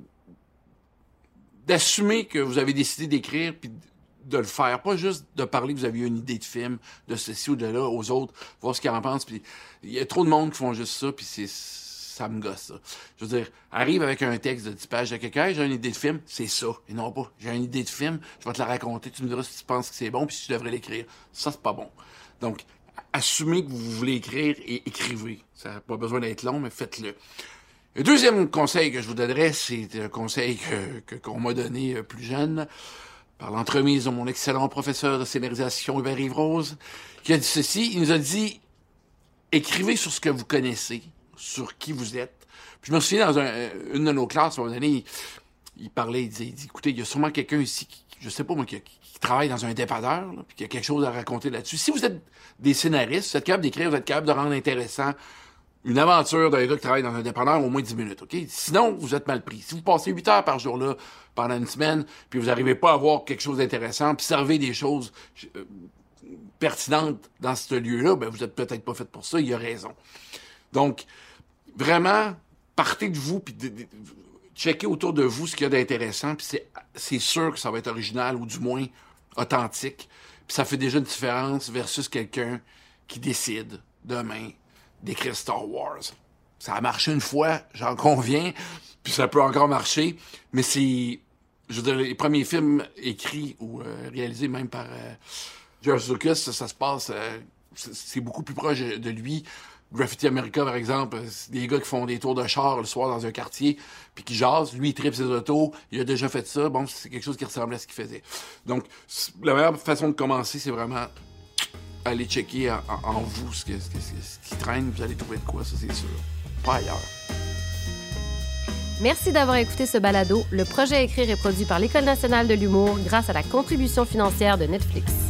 d'assumer que vous avez décidé d'écrire, puis de le faire. Pas juste de parler que vous avez eu une idée de film, de ceci ou de là, aux autres, voir ce qu'ils en pensent, puis il y a trop de monde qui font juste ça, puis c'est... ça me gosse, ça. Je veux dire, arrive avec un texte de dix pages à quelqu'un, hey, j'ai une idée de film, c'est ça. Et non pas, j'ai une idée de film, je vais te la raconter, tu me diras si tu penses que c'est bon, puis si tu devrais l'écrire. Ça, c'est pas bon. Donc, assumez que vous voulez écrire et écrivez. Ça n'a pas besoin d'être long, mais faites-le. Le deuxième conseil que je vous donnerais, c'est un conseil que, que, qu'on m'a donné plus jeune, par l'entremise de mon excellent professeur de scénarisation, Hubert Rive-Rose, qui a dit ceci. Il nous a dit, écrivez sur ce que vous connaissez, sur qui vous êtes. Puis je me souviens, dans un, une de nos classes, à un moment donné, il, il parlait, il disait, il dit, écoutez, il y a sûrement quelqu'un ici, qui, je sais pas moi, qui, qui travaille dans un dépanneur, là, puis qui a quelque chose à raconter là-dessus. Si vous êtes des scénaristes, vous êtes capable d'écrire, vous êtes capable de rendre intéressant une aventure d'un gars qui travaille dans un dépanneur au moins dix minutes, OK? Sinon, vous êtes mal pris. Si vous passez huit heures par jour là, pendant une semaine, puis vous n'arrivez pas à voir quelque chose d'intéressant, puis servez des choses euh, pertinentes dans ce lieu-là, ben vous êtes peut-être pas fait pour ça, il a raison. Donc, vraiment, partez de vous, puis de, de, de, checkez autour de vous ce qu'il y a d'intéressant, puis c'est, c'est sûr que ça va être original, ou du moins authentique, puis ça fait déjà une différence versus quelqu'un qui décide, demain, d'écrire Star Wars. Ça a marché une fois, j'en conviens, puis ça peut encore marcher, mais c'est, je veux dire, les premiers films écrits ou euh, réalisés même par euh, George Lucas, ça, ça se passe, euh, c'est, c'est beaucoup plus proche de lui. Graffiti America, par exemple, c'est des gars qui font des tours de char le soir dans un quartier, puis qui jasent. Lui, il tripe ses autos. Il a déjà fait ça. Bon, c'est quelque chose qui ressemblait à ce qu'il faisait. Donc, la meilleure façon de commencer, c'est vraiment aller checker en, en, en vous ce, que, ce, que, ce qui traîne. Vous allez trouver de quoi, ça, c'est sûr. Pas ailleurs. Merci d'avoir écouté ce balado. Le projet Écrire est produit par l'École nationale de l'humour grâce à la contribution financière de Netflix.